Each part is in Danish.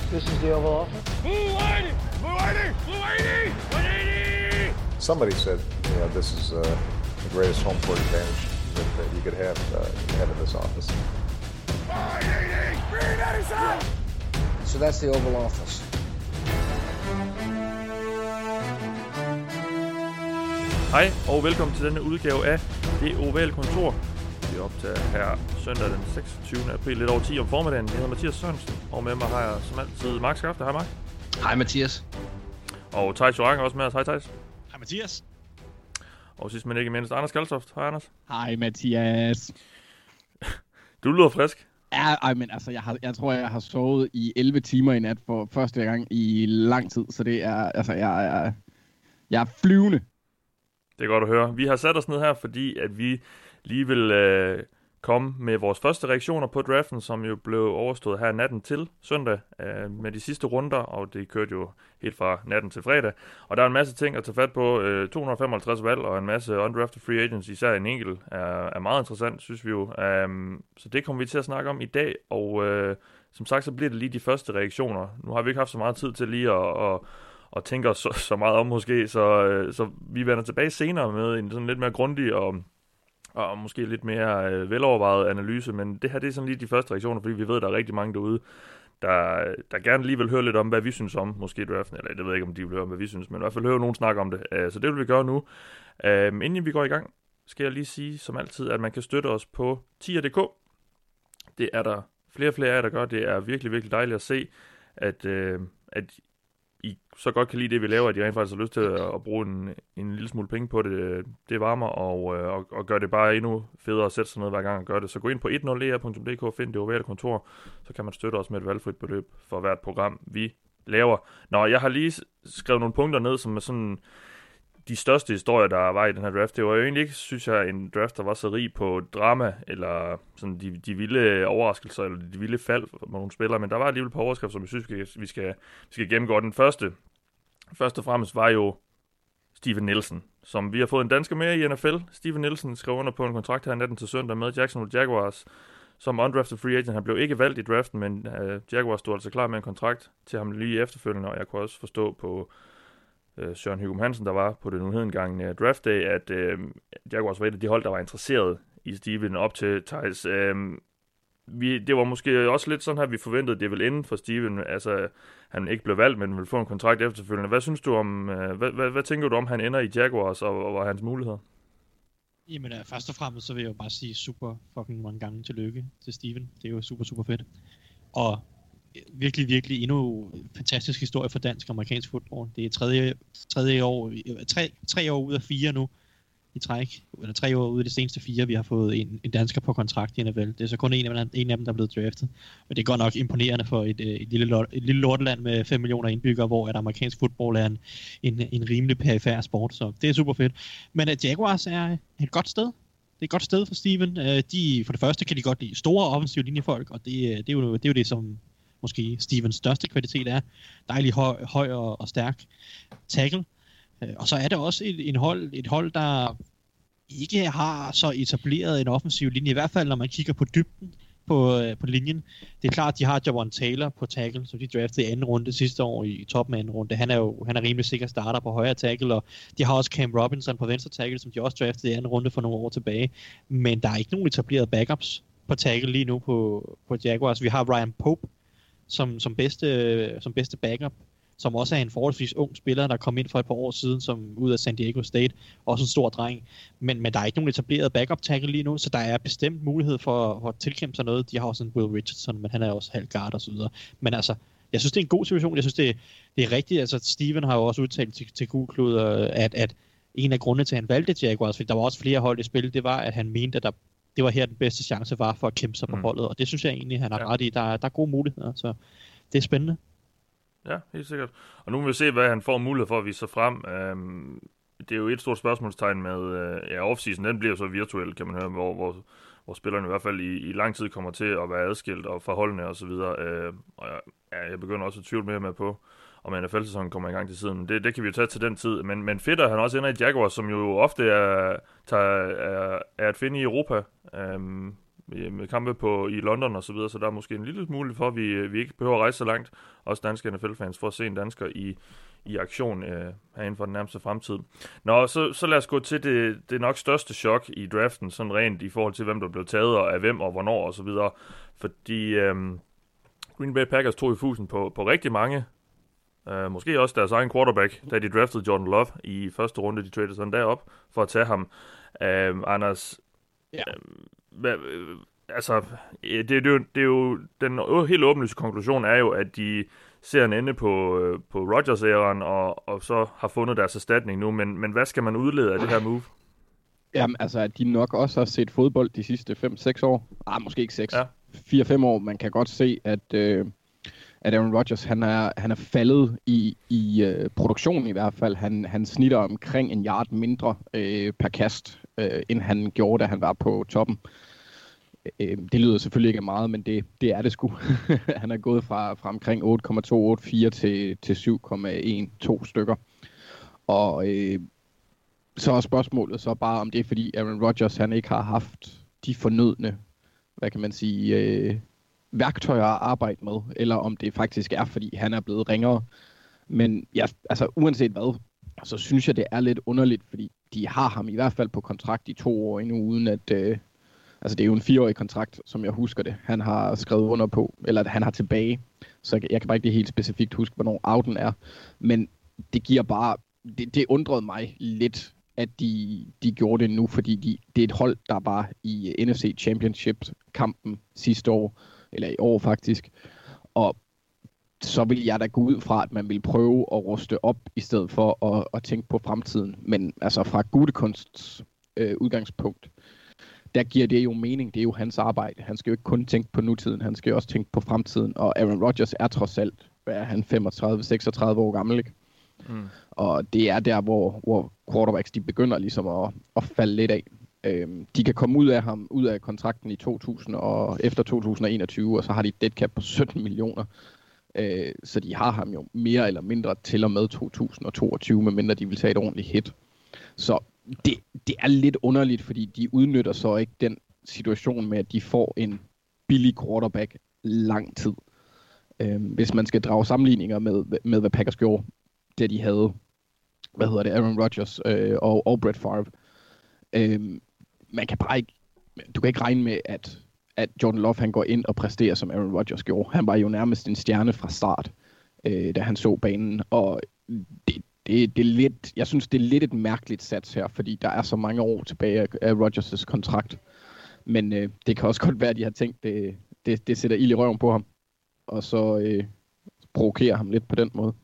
This is the Oval Office. Blue 180! Somebody said, this is the greatest home court advantage that you could have in this office. 180! Green 87! So that's the Oval Office. Hej og velkommen til denne udgave af Det Ovale Kontor. Vi er optaget her søndag den 26. april, lidt over 10 om formiddagen. Jeg hedder Mathias Sørensen, og med mig har jeg som altid Mark Skafte. Hej Mark. Hej Mathias. Og Thijs Joranger også med os. Hej Thijs. Hej Mathias. Og sidst men ikke mindst Anders Kaltoft. Hej Anders. Hej Mathias. Du lyder frisk. Ja, men altså, jeg tror, jeg har sovet i 11 timer i nat for første gang i lang tid, så det er, altså, jeg er flyvende. Det er godt at høre. Vi har sat os ned her, fordi at vi lige vil komme med vores første reaktioner på draften, som jo blev overstået her natten til søndag med de sidste runder, og det kørte jo helt fra natten til fredag. Og der er en masse ting at tage fat på. 255 valg og en masse undrafted free agents, især en enkelt, er meget interessant, synes vi jo. Så det kommer vi til at snakke om i dag, og som sagt, så bliver det lige de første reaktioner. Nu har vi ikke haft så meget tid til lige at tænke os så meget om måske, så vi vender tilbage senere med en sådan lidt mere grundig og måske lidt mere velovervejet analyse, men det her det er sådan lige de første reaktioner, fordi vi ved, at der er rigtig mange derude, der gerne lige vil høre lidt om, hvad vi synes om, måske draften, eller det ved jeg ikke, om de vil høre om, hvad vi synes, men i hvert fald høre nogen snakke om det, så det vil vi gøre nu. Inden vi går i gang, skal jeg lige sige, som altid, at man kan støtte os på tier.dk. Det er der flere af jer, der gør. Det er virkelig, virkelig dejligt at se, at I så godt kan lide det, vi laver, at I rent faktisk har lyst til at bruge en lille smule penge på det. Det varmer og gør det bare endnu federe at sætte sig ned hver gang og gøre det. Så gå ind på 10er.dk, find Det Ovale Kontor, så kan man støtte os med et valgfrit beløb for hvert program, vi laver. Nå, jeg har lige skrevet nogle punkter ned, som er sådan de største historier, der var i den her draft. Det var jo egentlig ikke, synes jeg, en draft, der var så rig på drama, eller sådan de vilde overraskelser, eller de vilde fald på nogle spillere, men der var alligevel et par overskrifter, som jeg synes, vi skal gennemgå. Den første og fremmest var jo Steven Nielsen, som vi har fået en dansker med i NFL. Steven Nielsen skrev under på en kontrakt her natten til søndag med Jacksonville Jaguars, som undrafted free agent. Han blev ikke valgt i draften, men Jaguars stod altså klar med en kontrakt til ham lige efterfølgende, og jeg kunne også forstå på Søren Hygum Hansen, der var på den uhedengangne draft day, at Jaguars var et af de hold, der var interesseret i Steven op til Thijs. Det var måske også lidt sådan her, vi forventede, det ville ende for Steven. Altså, han ikke blev valgt, men ville få en kontrakt efterfølgende. Hvad synes du om, hvad tænker du om, han ender i Jaguars, og hans muligheder? Jamen, først og fremmest, så vil jeg jo bare sige super fucking mange gange tillykke til Steven. Det er jo super, super fedt. Og virkelig, virkelig endnu fantastisk historie for dansk og amerikansk fodbold. Det er tre år ud af 4 nu i træk, eller 3 år ud af de seneste 4, vi har fået en dansker på kontrakt i NFL. Det er så kun en af dem, der er blevet draftet. Men det er godt nok imponerende for et lille lorteland med 5 millioner indbyggere, hvor at amerikansk fodbold er en rimelig perifær sport, så det er super fedt. Men Jaguars er et godt sted. Det er et godt sted for Steven. For det første kan de godt lide store offensive linjefolk, og det er jo det, som måske Stevens største kvalitet er. Dejlig høj og stærk tackle. Og så er det også et hold, der ikke har så etableret en offensiv linje, i hvert fald når man kigger på dybden på linjen. Det er klart, at de har Javon Taylor på tackle, som de draftede i anden runde sidste år i toppen af anden runde. Han er rimelig sikker starter på højre tackle, og de har også Cam Robinson på venstre tackle, som de også draftede i anden runde for nogle år tilbage. Men der er ikke nogen etablerede backups på tackle lige nu på Jaguars. Vi har Ryan Pope som bedste backup, som også er en forholdsvis ung spiller, der kom ind for et par år siden, som ud af San Diego State, også en stor dreng. Men der er ikke nogen etableret backup tackle lige nu, så der er bestemt mulighed for at tilkæmpe sig noget. De har også en Will Richardson, men han er også halv guard og så videre. Men altså, jeg synes, det er en god situation. Jeg synes, det er rigtigt. Altså, Steven har jo også udtalt til Gulklud, at en af grundene til, at han valgte Jaguars, fordi der var også flere hold i spil, det var, at han mente, at det var her den bedste chance var for at kæmpe sig på holdet. Og det synes jeg egentlig, han har ret i. Der er gode muligheder, så det er spændende. Ja, helt sikkert. Og nu vil vi se, hvad han får mulighed for at vise sig frem. Det er jo et stort spørgsmålstegn med offseason. Den bliver så virtuel, kan man høre, hvor spillerne i hvert fald i lang tid kommer til at være adskilt og forholdende og så videre. Og jeg begynder også at tvivle mere med på, om NFL-sæsonen kommer i gang til siden. Men det kan vi jo tage til den tid. Men fedt, at han også ender i Jaguars, som jo ofte er at finde i Europa. med kampe i London og så videre, så der er måske en lille mulighed for, at vi ikke behøver at rejse så langt, også danske NFL-fans, for at se en dansker i aktion herinde for den nærmeste fremtid. Nå, så lad os gå til det nok største chok i draften, sådan rent i forhold til, hvem der blev taget, og af hvem, og hvornår, og så videre. Fordi Green Bay Packers tog i fusen på rigtig mange, måske også deres egen quarterback, da de draftede Jordan Love i første runde, de tradede sådan derop for at tage ham. Anders, ja. Det er jo den helt åbenlyse konklusion er jo, at de ser en ende på Rodgers-æraen, og så har fundet deres erstatning nu, men hvad skal man udlede af det her move? Jamen, altså, at de nok også har set fodbold de sidste 5-6 år. Måske ikke 6. Ja. 4-5 år. Man kan godt se, at Aaron Rodgers, han er faldet i produktionen i hvert fald. Han snitter omkring 1 yard mindre per kast, end han gjorde, da han var på toppen. Det lyder selvfølgelig ikke meget, men det er det sgu. Han er gået fra omkring 8,284 til 7,12 stykker. Og så er spørgsmålet så bare, om det er fordi Aaron Rodgers, han ikke har haft de fornødne, hvad kan man sige, værktøjer at arbejde med, eller om det faktisk er, fordi han er blevet ringere. Men ja, altså uanset hvad, så synes jeg, det er lidt underligt, fordi de har ham i hvert fald på kontrakt i 2 år endnu, uden at... Altså det er jo en 4-årig kontrakt, som jeg husker det. Han har skrevet under på, eller at han har tilbage. Så jeg kan bare ikke helt specifikt huske, hvornår outen er. Men det giver bare... Det undrede mig lidt, at de gjorde det nu, fordi det er et hold, der var i NFC Championship-kampen sidste år, eller i år faktisk. Og så vil jeg da gå ud fra, at man vil prøve at ruste op, i stedet for at tænke på fremtiden. Men altså fra Gutekunsts udgangspunkt, der giver det jo mening. Det er jo hans arbejde. Han skal jo ikke kun tænke på nutiden, han skal jo også tænke på fremtiden. Og Aaron Rodgers er trods alt, hvad er han, 35-36 år gammel, ikke? Mm. Og det er der, hvor quarterbacks, de begynder ligesom at falde lidt af. De kan komme ud af kontrakten i 2000 og efter 2021, og så har de et dead cap på 17 millioner. Så de har ham jo mere eller mindre til og med 2022, medmindre de vil tage et ordentligt hit. Så det er lidt underligt, fordi de udnytter så ikke den situation med, at de får en billig quarterback lang tid. Hvis man skal drage sammenligninger med hvad Packers gjorde, da de havde, Aaron Rodgers og Brett Favre. Man kan bare ikke, du kan ikke regne med, at Jordan Love, han går ind og præsterer, som Aaron Rodgers gjorde. Han var jo nærmest en stjerne fra start, da han så banen, og det er lidt, jeg synes, det er lidt et mærkeligt sats her, fordi der er så mange år tilbage af Rodgers' kontrakt. Men det kan også godt være, at de har tænkt, det sætter ild i røven på ham, og så provokerer ham lidt på den måde.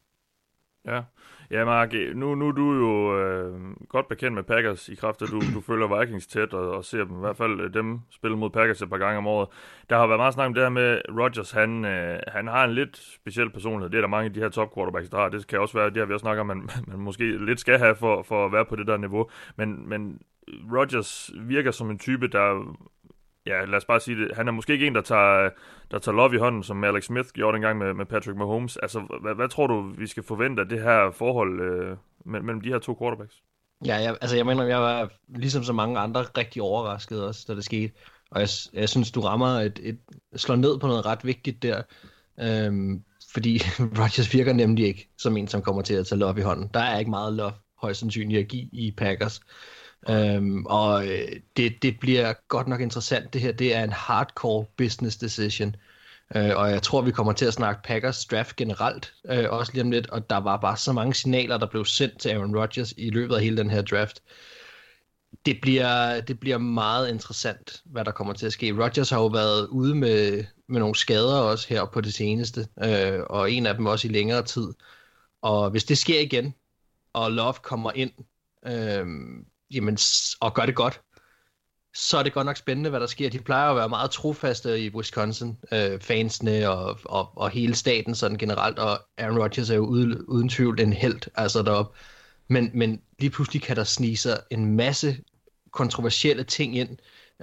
Ja, Mark, nu er du jo godt bekendt med Packers i kraft af, du følger Vikings tæt og ser dem, i hvert fald dem spille mod Packers et par gange om året. Der har været meget snak om det her med Rodgers, han har en lidt speciel personlighed. Det er der mange af de her top quarterbacks, der har. Det kan også være, det har vi også snakket om, man måske lidt skal have for at være på det der niveau. Men Rodgers virker som en type, der... Ja, lad os bare sige det. Han er måske ikke en, der tager Love i hånden, som Alex Smith gjorde dengang med Patrick Mahomes. Altså, hvad tror du, vi skal forvente af det her forhold mellem de her to quarterbacks? Ja, jeg mener, jeg var ligesom så mange andre rigtig overrasket også, da det skete. Og jeg synes, du rammer slår ned på noget ret vigtigt der. Fordi Rodgers virker nemlig ikke som en, som kommer til at tage Love i hånden. Der er ikke meget Love højst sandsynligt at give i Packers. Og det bliver godt nok interessant. Det her, det er en hardcore business decision, og jeg tror, vi kommer til at snakke Packers draft generelt også lige om lidt, og der var bare så mange signaler, der blev sendt til Aaron Rodgers i løbet af hele den her draft. Det bliver meget interessant, hvad der kommer til at ske. Rodgers har jo været ude med nogle skader også her på det seneste, og en af dem også i længere tid, og hvis det sker igen, og Love kommer ind jamen, og gør det godt, så er det godt nok spændende, hvad der sker. De plejer at være meget trofaste i Wisconsin, fansene og hele staten sådan generelt, og Aaron Rodgers er jo uden tvivl en helt, altså deroppe. Men lige pludselig kan der snige sig en masse kontroversielle ting ind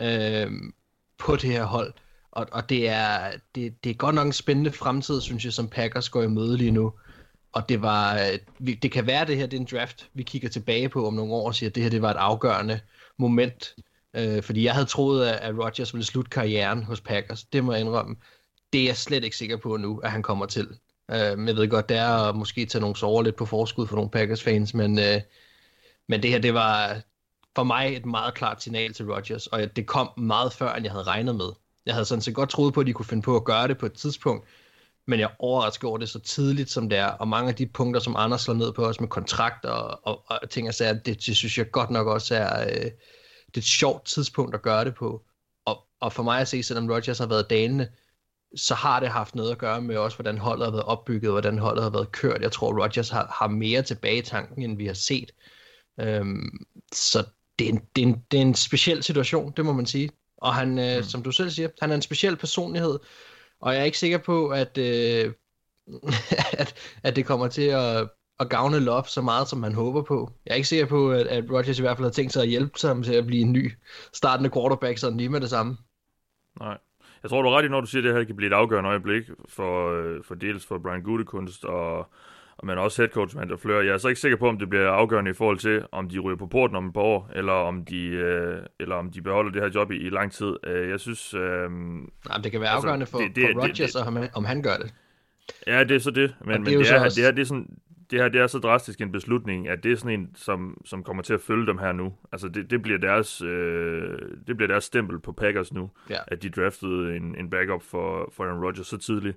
på det her hold, og det er godt nok en spændende fremtid, synes jeg, som Packers går i møde lige nu. Og det kan være, det her det er en draft, vi kigger tilbage på om nogle år og siger, at det her det var et afgørende moment Fordi jeg havde troet, at Rodgers ville slutte karrieren hos Packers. Det må jeg indrømme. Det er jeg slet ikke sikker på nu, at han kommer til. Jeg ved godt, det er at måske tage nogle sover lidt på forskud for nogle Packers-fans, men det her, det var for mig et meget klart signal til Rodgers, og det kom meget før, end jeg havde regnet med. Jeg havde sådan set godt troet på, at de kunne finde på at gøre det på et tidspunkt, men jeg overrasker over det så tidligt, som det er, og mange af de punkter, som Anders slår ned på os med kontrakter og ting og sager, det synes jeg godt nok også er det er et sjovt tidspunkt at gøre det på. Og for mig at se, selvom Rodgers har været dalende, så har det haft noget at gøre med også, hvordan holdet har været opbygget, hvordan holdet har været kørt. Jeg tror, Rodgers har mere tilbage i tanken, end vi har set. Så det er en speciel situation, det må man sige. Og han, som du selv siger, han er en speciel personlighed, og jeg er ikke sikker på, at det kommer til at gavne Love så meget, som man håber på. Jeg er ikke sikker på, at Rodgers i hvert fald har tænkt sig at hjælpe ham til at blive en ny startende quarterback, sådan lige med det samme. Nej. Jeg tror, du er ret i, når du siger, at det her kan blive et afgørende øjeblik for dels for Brian Gutekunst men også headcoach Matt LaFleur. Jeg er så ikke sikker på, om det bliver afgørende i forhold til, om de ryger på porten om et par år, eller om de beholder det her job i lang tid. Jeg synes... det kan være afgørende for Rodgers, om han gør det. Ja, det er så det. Men det er sådan... Det her, det er så drastisk en beslutning, at det er sådan en, som kommer til at følge dem her nu. Altså, det bliver deres stempel på Packers nu, at de draftede en backup for Aaron Rodgers så tidligt.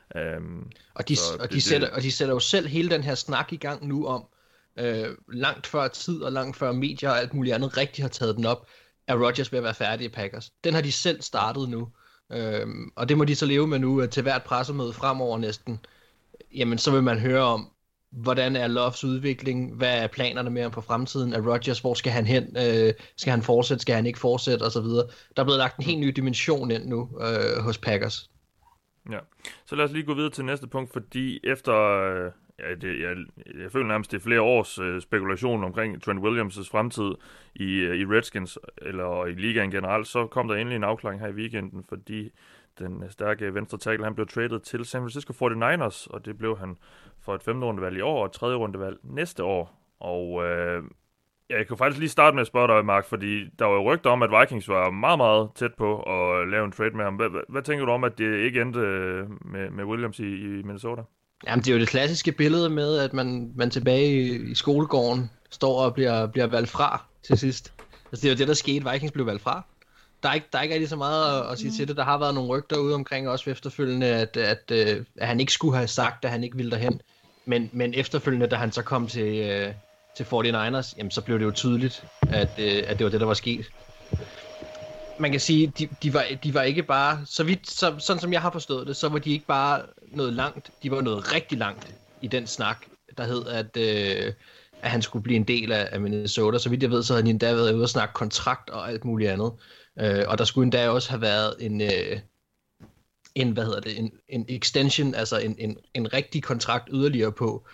De sætter jo selv hele den her snak i gang nu om, langt før tid og langt før medier og alt muligt andet rigtig har taget den op, at Rodgers vil være færdig i Packers. Den har de selv startet nu. Og det må de så leve med nu, til hvert pressemøde fremover næsten. Jamen, så vil man høre om, hvordan er Loves udvikling, hvad er planerne med ham på fremtiden, er Rodgers, hvor skal han hen, skal han fortsætte, skal han ikke fortsætte, og så videre. Der er blevet lagt en helt ny dimension ind nu hos Packers. Ja, så lad os lige gå videre til næste punkt, fordi efter, jeg føler nærmest det er flere års spekulation omkring Trent Williams' fremtid i Redskins, eller i ligaen generelt, så kom der endelig en afklaring her i weekenden, fordi den stærke venstre tackle, han blev traded til San Francisco 49ers, og det blev han for et 5. rundevalg i år, og et 3. rundevalg næste år. Og jeg kan faktisk lige starte med at spørge dig, Mark, fordi der var jo rygter om, at Vikings var meget, meget tæt på at lave en trade med ham. Hvad tænker du om, at det ikke endte med Williams i Minnesota? Jamen, det er jo det klassiske billede med, at man tilbage i skolegården står og bliver valgt fra til sidst. Altså, det er jo det, der skete. Vikings blev valgt fra. Der er ikke rigtig så meget at sige til det. Der har været nogle rygter ude omkring også efterfølgende, at han ikke skulle have sagt, at han ikke ville derhen. Men efterfølgende, da han så kom til 49ers, jamen, så blev det jo tydeligt, at det var det, der var sket. Man kan sige, de var ikke bare, sådan som jeg har forstået det, så var de ikke bare noget langt, de var noget rigtig langt i den snak, der hed, at han skulle blive en del af Minnesota. Så vidt jeg ved, så havde de endda været ude og snakke kontrakt og alt muligt andet. Og der skulle endda også have været en extension, altså en rigtig kontrakt yderligere på.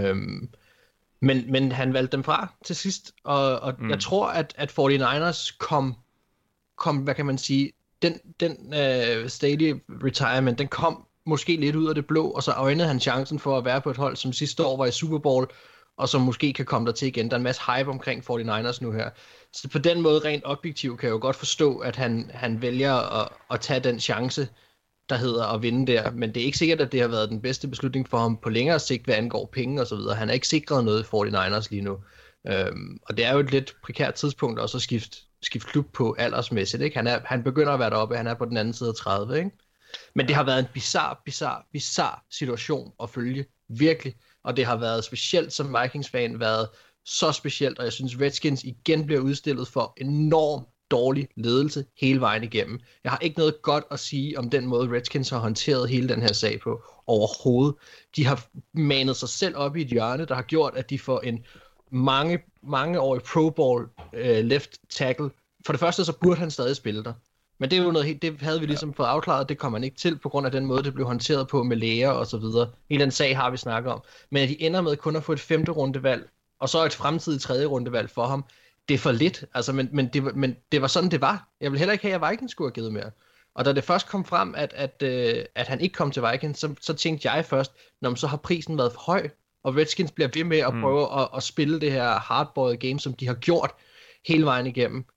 Men han valgte dem fra til sidst, og jeg tror, at 49ers kom, hvad kan man sige, den Staley retirement, den kom måske lidt ud af det blå, og så øjnede han chancen for at være på et hold, som sidste år var i Super Bowl, og som måske kan komme der til igen. Der er en masse hype omkring 49ers nu her. Så på den måde, rent objektivt, kan jeg jo godt forstå, at han vælger at tage den chance, der hedder at vinde der. Men det er ikke sikkert, at det har været den bedste beslutning for ham på længere sigt, hvad angår penge og så videre. Han er ikke sikret noget i 49ers lige nu. Og det er jo et lidt prekært tidspunkt også at skifte klub på aldersmæssigt. Ikke? Han begynder at være deroppe, han er på den anden side af 30. Ikke? Men det har været en bizarre situation at følge. Virkelig. Og det har været specielt som Vikings-fan, været så specielt, og jeg synes Redskins igen bliver udstillet for enormt dårlig ledelse hele vejen igennem. Jeg har ikke noget godt at sige om den måde Redskins har håndteret hele den her sag på overhovedet. De har manet sig selv op i et hjørne, der har gjort, at de får en mangeårig Pro Bowl left tackle. For det første så burde han stadig spille der. Men det er jo noget, det havde vi ligesom fået afklaret, det kommer han ikke til, på grund af den måde, det blev håndteret på med læger og så videre. Hele den sag har vi snakket om. Men at de ender med kun at få et 5. rundevalg, og så et fremtidigt 3. rundevalg for ham, det er for lidt. Altså, men det var sådan, det var. Jeg vil heller ikke have, at Vikings skulle have givet mere. Og da det først kom frem, at han ikke kom til Vikings, så tænkte jeg først, så har prisen været for høj, og Redskins bliver ved med at prøve at spille det her hardboiled game, som de har gjort hele vejen igennem.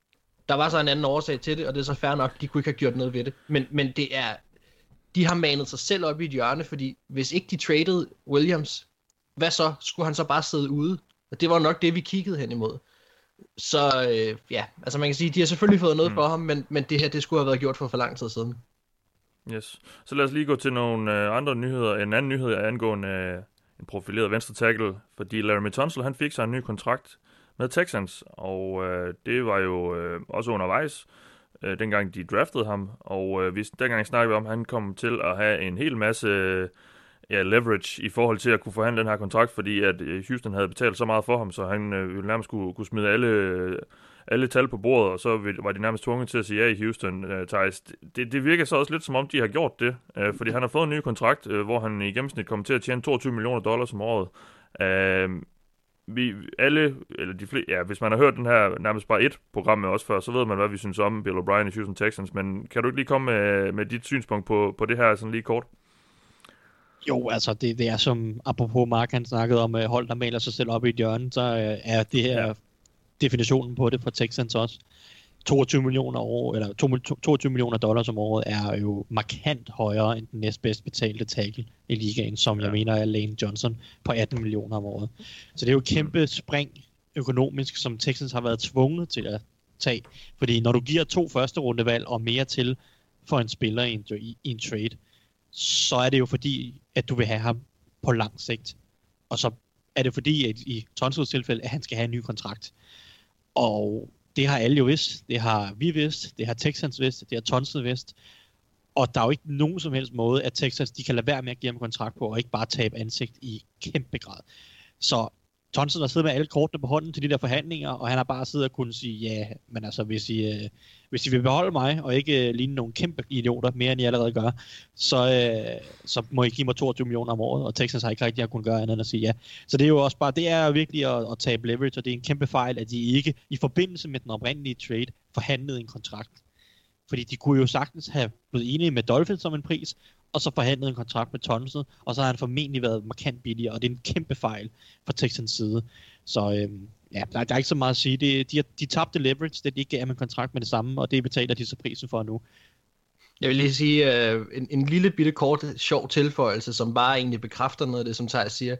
Der var så en anden årsag til det, og det er så fair nok, de kunne ikke have gjort noget ved det. Men det er, de har manet sig selv op i et hjørne, fordi hvis ikke de traded Williams, hvad så? Skulle han så bare sidde ude? Og det var nok det, vi kiggede hen imod. Så ja, altså man kan sige, de har selvfølgelig fået noget for ham, men det her, det skulle have været gjort for lang tid siden. Yes. Så lad os lige gå til nogle andre nyheder. En anden nyhed er angående en profileret venstre tackle, fordi Laremy Tunsil, han fik sig en ny kontrakt med Texans, og det var jo også undervejs, dengang de draftede ham, og dengang snakkede vi om, at han kom til at have en hel masse leverage i forhold til at kunne forhandle den her kontrakt, fordi at Houston havde betalt så meget for ham, så han ville nærmest kunne smide alle tal på bordet, og så var de nærmest tvunget til at sige ja i Houston. Thijs, det virker så også lidt som om, de har gjort det, fordi han har fået en ny kontrakt, hvor han i gennemsnit kommer til at tjene $22 million om året. Hvis man har hørt den her nærmest bare et program med os før, så ved man, hvad vi synes om Bill O'Brien i Houston Texans, men kan du ikke lige komme med dit synspunkt på det her sådan lige kort? Jo, altså det er som, apropos Mark, han snakkede om hold, der maler sig selv op i et hjørne, så er det her definitionen på det for Texans også. $22 millioner dollars om året er jo markant højere end den næstbedst betalte tackle i ligaen, som jeg mener er Lane Johnson på 18 millioner om året. Så det er jo et kæmpe spring økonomisk, som Texans har været tvunget til at tage. Fordi når du giver 2 første rundevalg og mere til for en spiller i en trade, så er det jo fordi, at du vil have ham på lang sigt. Og så er det fordi, at i Tonsils tilfælde, at han skal have en ny kontrakt. Og det har alle jo vidst, det har vi vidst, det har Texans vidst, det har Tunsil vidst. Og der er jo ikke nogen som helst måde, at Texans de kan lade være med at give ham kontrakt på, og ikke bare tabe ansigt i kæmpe grad. Så Tunsil har siddet med alle kortene på hånden til de der forhandlinger, og han har bare siddet og kunne sige, ja, men altså hvis I vil beholde mig, og ikke ligne nogle kæmpe idioter, mere end I allerede gør, så må I give mig 22 millioner om året, og Texans har ikke rigtig kunnet gøre andet end at sige ja. Så det er jo også bare, det er virkelig at tabe leverage, og det er en kæmpe fejl, at de ikke i forbindelse med den oprindelige trade forhandlede en kontrakt. Fordi de kunne jo sagtens have blevet enige med Dolphins om en pris, og så forhandlet en kontrakt med Tunsil, og så har han formentlig været markant billigere, og det er en kæmpe fejl fra Texans side. Så der er ikke så meget at sige. De tabte leverage, det de ikke gav ham en kontrakt med det samme, og det betaler de så prisen for nu. Jeg vil lige sige en lille bitte kort sjov tilføjelse, som bare egentlig bekræfter noget af det, som Thijs siger.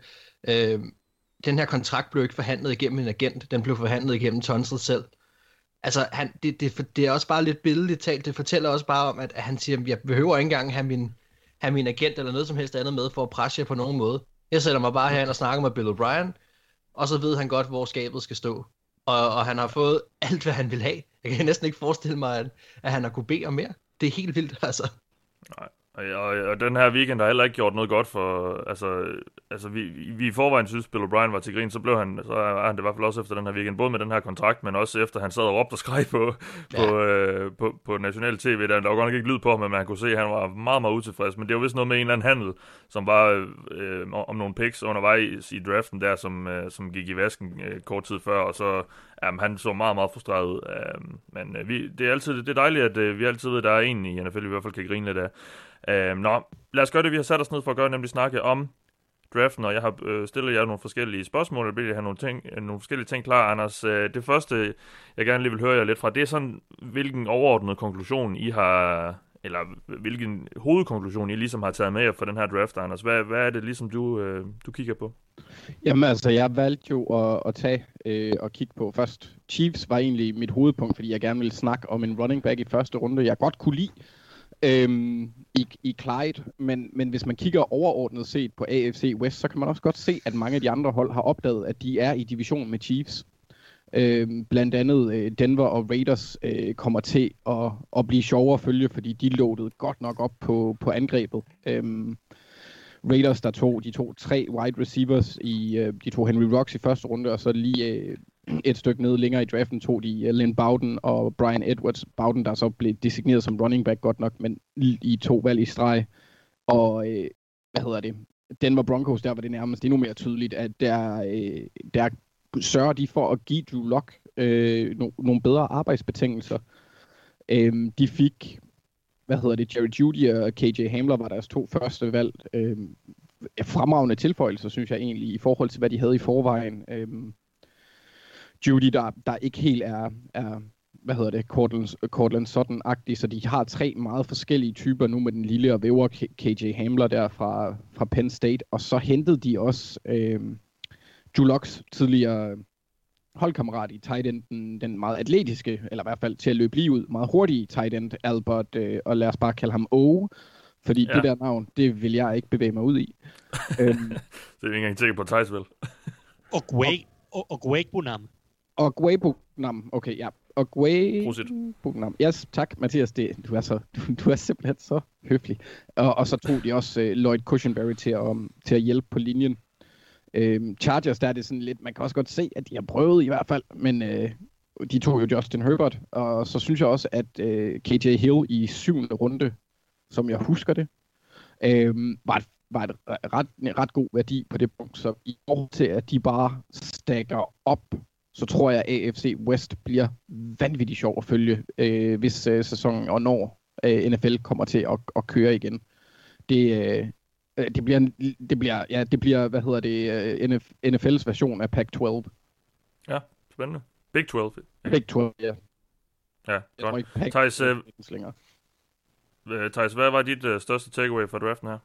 Den her kontrakt blev ikke forhandlet igennem en agent, den blev forhandlet igennem Tunsil selv. Altså, det er også bare lidt billedligt talt. Det fortæller også bare om, at han siger, at jeg behøver ikke engang have min agent eller noget som helst andet med for at presse jer på nogen måde. Jeg sætter mig bare herind og snakker med Bill O'Brien, og så ved han godt, hvor skabet skal stå. Og han har fået alt, hvad han vil have. Jeg kan næsten ikke forestille mig, at han har kunne bede om mere. Det er helt vildt, altså. Nej. Og den her weekend har heller ikke gjort noget godt for, altså vi i forvejen synes, Bill O'Brien var til grin, så er han det i hvert fald også efter den her weekend, både med den her kontrakt, men også efter han sad og råbte og skreg på national tv, der var godt nok ikke lyd på ham, men man kunne se, at han var meget, meget utilfreds, men det var vist noget med en eller anden handel, som var om nogle picks undervejs i draften der, som gik i vasken kort tid før, og så han så meget, meget frustreret ud, men det er dejligt, at vi altid ved, at der er en i NFL, vi i hvert fald kan grine lidt af. Lad os gøre det, vi har sat os ned for at gøre, nemlig snakke om draften, og jeg har stillet jer nogle forskellige spørgsmål, og jeg har nogle forskellige ting klar, Anders. Det første, jeg gerne lige vil høre jer lidt fra, det er sådan, hvilken overordnet konklusion I har, eller hvilken hovedkonklusion I ligesom har taget med jer for den her draft, Anders. Hvad er det ligesom, du kigger på? Jamen altså, jeg valgte jo at tage og kigge på først. Chiefs var egentlig mit hovedpunkt, fordi jeg gerne ville snakke om en running back i første runde, jeg godt kunne lide. I Clyde, men hvis man kigger overordnet set på AFC West, så kan man også godt se, at mange af de andre hold har opdaget, at de er i division med Chiefs. Blandt andet Denver og Raiders kommer til at blive sjovere at følge, fordi de loadede godt nok op på angrebet. Raiders, de tog 3 wide receivers, de tog Henry Ruggs i første runde, og så lige et stykke ned længere i draften tog de Lynn Bowden og Brian Edwards. Bowden, der så blev designeret som running back godt nok, men i 2 valg i streg. Og Denver Broncos, der var det nærmest endnu mere tydeligt, at der sørger de for at give Drew Lock nogle bedre arbejdsbetingelser. De fik, Jerry Jeudy og KJ Hamler var deres 2 første valg. Fremragende tilføjelser, synes jeg egentlig, i forhold til, hvad de havde i forvejen. Jeudy, der ikke helt er Cortland Sutton-agtig, så de har 3 meget forskellige typer nu med den lille og væver KJ Hamler der fra Penn State, og så hentede de også Drew Locks tidligere holdkammerat i tight end, den meget atletiske, eller i hvert fald til at løbe lige ud, meget hurtige tight end, Albert, og lad os bare kalde ham O, fordi det der navn, det vil jeg ikke bevæge mig ud i. Det er ikke engang sikker på Thijs vel. Og Gwegbunam. Og Gwegbunam, okay, ja. Og Gwegbunam. Yes, tak, Mathias. Du er simpelthen så høflig. Og så tog de også Lloyd Cushenberry til at hjælpe på linjen. Chargers, der er det sådan lidt, man kan også godt se, at de har prøvet i hvert fald, men de tog jo Justin Herbert, og så synes jeg også, at KJ Hill i 7. runde, som jeg husker det, var et ret god værdi på det punkt, så i forhold til, at de bare stacker op, så tror jeg, at AFC West bliver vanvittigt sjov at følge, hvis sæsonen og når NFL kommer til at køre igen. Det bliver, hvad hedder det, NFL's version af Pac-12. Ja, spændende. Big 12. Big 12, ja. Ja, godt. Thijs, hvad var dit største takeaway fra draften her?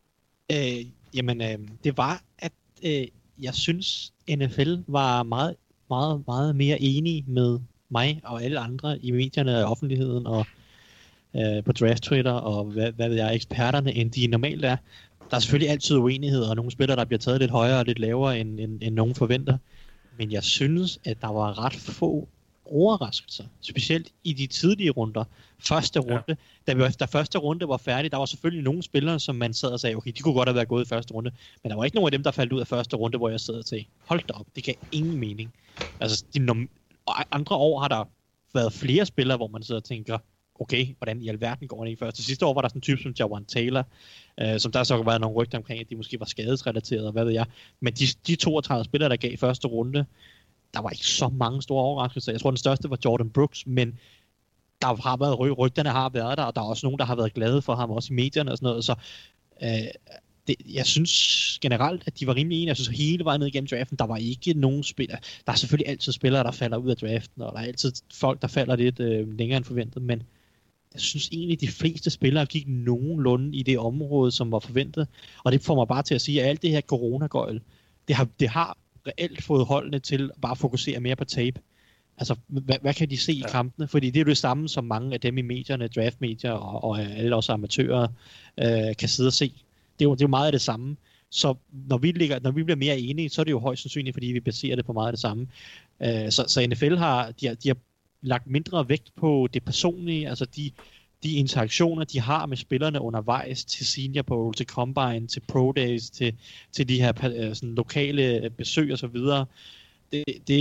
Det var, at jeg synes, NFL var meget, meget, meget mere enige med mig og alle andre i medierne og offentligheden og på draft Twitter og hvad ved jeg, eksperterne, end de normalt er. Der er selvfølgelig altid uenighed, og nogle spillere, der bliver taget lidt højere og lidt lavere, end nogen forventer. Men jeg synes, at der var ret få overraskelser, specielt i de tidlige runder. Første runde, da første runde var færdig, der var selvfølgelig nogle spillere, som man sad og sagde, okay, de kunne godt have været gået i første runde, men der var ikke nogen af dem, der faldt ud af første runde, hvor jeg sad og sagde, hold da op, det gav ingen mening. Altså, andre år har der været flere spillere, hvor man sidder og tænker, okay, hvordan i alverden går han ikke først? Sidste år var der sådan en type som Jawan Taylor, som der så har været nogle rygter omkring, at de måske var skadesrelateret, hvad ved jeg. Men de 32 spillere, der gav første runde, der var ikke så mange store overraskelser. Jeg tror, den største var Jordan Brooks, men der har været rygterne har været der, og der er også nogen, der har været glade for ham, også i medierne og sådan noget. Så jeg synes generelt, at de var rimelig enige. Jeg synes, hele vejen ned igennem draften, der var ikke nogen spillere. Der er selvfølgelig altid spillere, der falder ud af draften, og der er altid folk, der falder lidt længere end forventet, men jeg synes egentlig, de fleste spillere gik nogenlunde i det område, som var forventet. Og det får mig bare til at sige, at alt det her coronagøjl, det har reelt fået holdene til bare at fokusere mere på tape. Altså, hvad kan de se i kampene? Fordi det er jo det samme, som mange af dem i medierne, draftmedier og alle også amatører kan sidde og se. Det er jo meget af det samme. Så når vi bliver mere enige, så er det jo højst sandsynligt, fordi vi baserer det på meget af det samme. Så NFL har lagt mindre vægt på det personlige, altså de interaktioner, de har med spillerne undervejs til Senior Bowl, til Combine, til Pro Days, til de her sådan lokale besøg og så videre. Det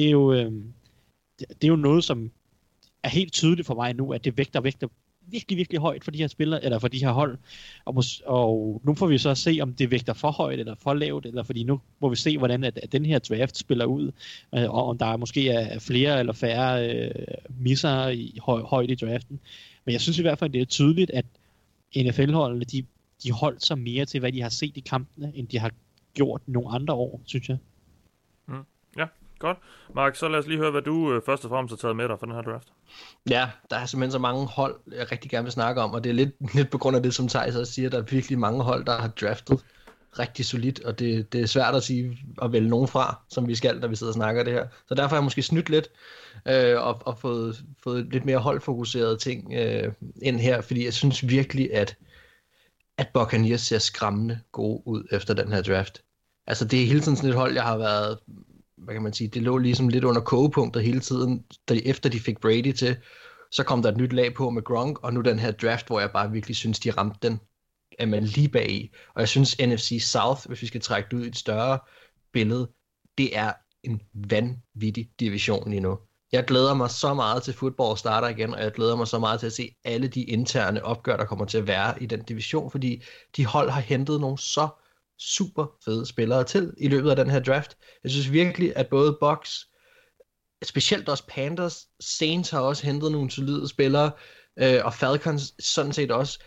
er jo noget, som er helt tydeligt for mig nu, at det vægter virkelig, virkelig højt for de her spillere, eller for de her hold. Og nu får vi så se, om det vægter for højt eller for lavt, eller fordi nu må vi se, hvordan at den her draft spiller ud, og om der måske er flere eller færre misser i højt i draften. Men jeg synes i hvert fald, det er tydeligt, at NFL-holdene, de holdt sig mere til, hvad de har set i kampene, end de har gjort nogle andre år, synes jeg. Ja, godt. Mark, så lad os lige høre, hvad du først og fremmest har taget med dig for den her draft. Ja, der er simpelthen så mange hold, jeg rigtig gerne vil snakke om, og det er lidt på grund af det, som Thijs også siger, der er virkelig mange hold, der har draftet rigtig solidt, og det er svært at sige at vælge nogen fra, som vi skal, når vi sidder og snakker det her. Så derfor har jeg måske snydt lidt og fået lidt mere holdfokuserede ting ind her, fordi jeg synes virkelig, at Buccaneers ser skræmmende gode ud efter den her draft. Altså det er hele tiden sådan et hold, jeg har været, hvad kan man sige, det lå ligesom lidt under kogepunktet hele tiden, efter de fik Brady til, så kom der et nyt lag på med Gronk, og nu den her draft, hvor jeg bare virkelig synes, de ramte den, er man lige bag i. Og jeg synes, NFC South, hvis vi skal trække det ud i et større billede, det er en vanvittig division lige nu. Jeg glæder mig så meget til fodbold starter igen, og jeg glæder mig så meget til at se alle de interne opgør, der kommer til at være i den division, fordi de hold har hentet nogle så super fede spillere til i løbet af den her draft. Jeg synes virkelig, at både Bucks, specielt også Panthers, Saints har også hentet nogle solide spillere, og Falcons sådan set også.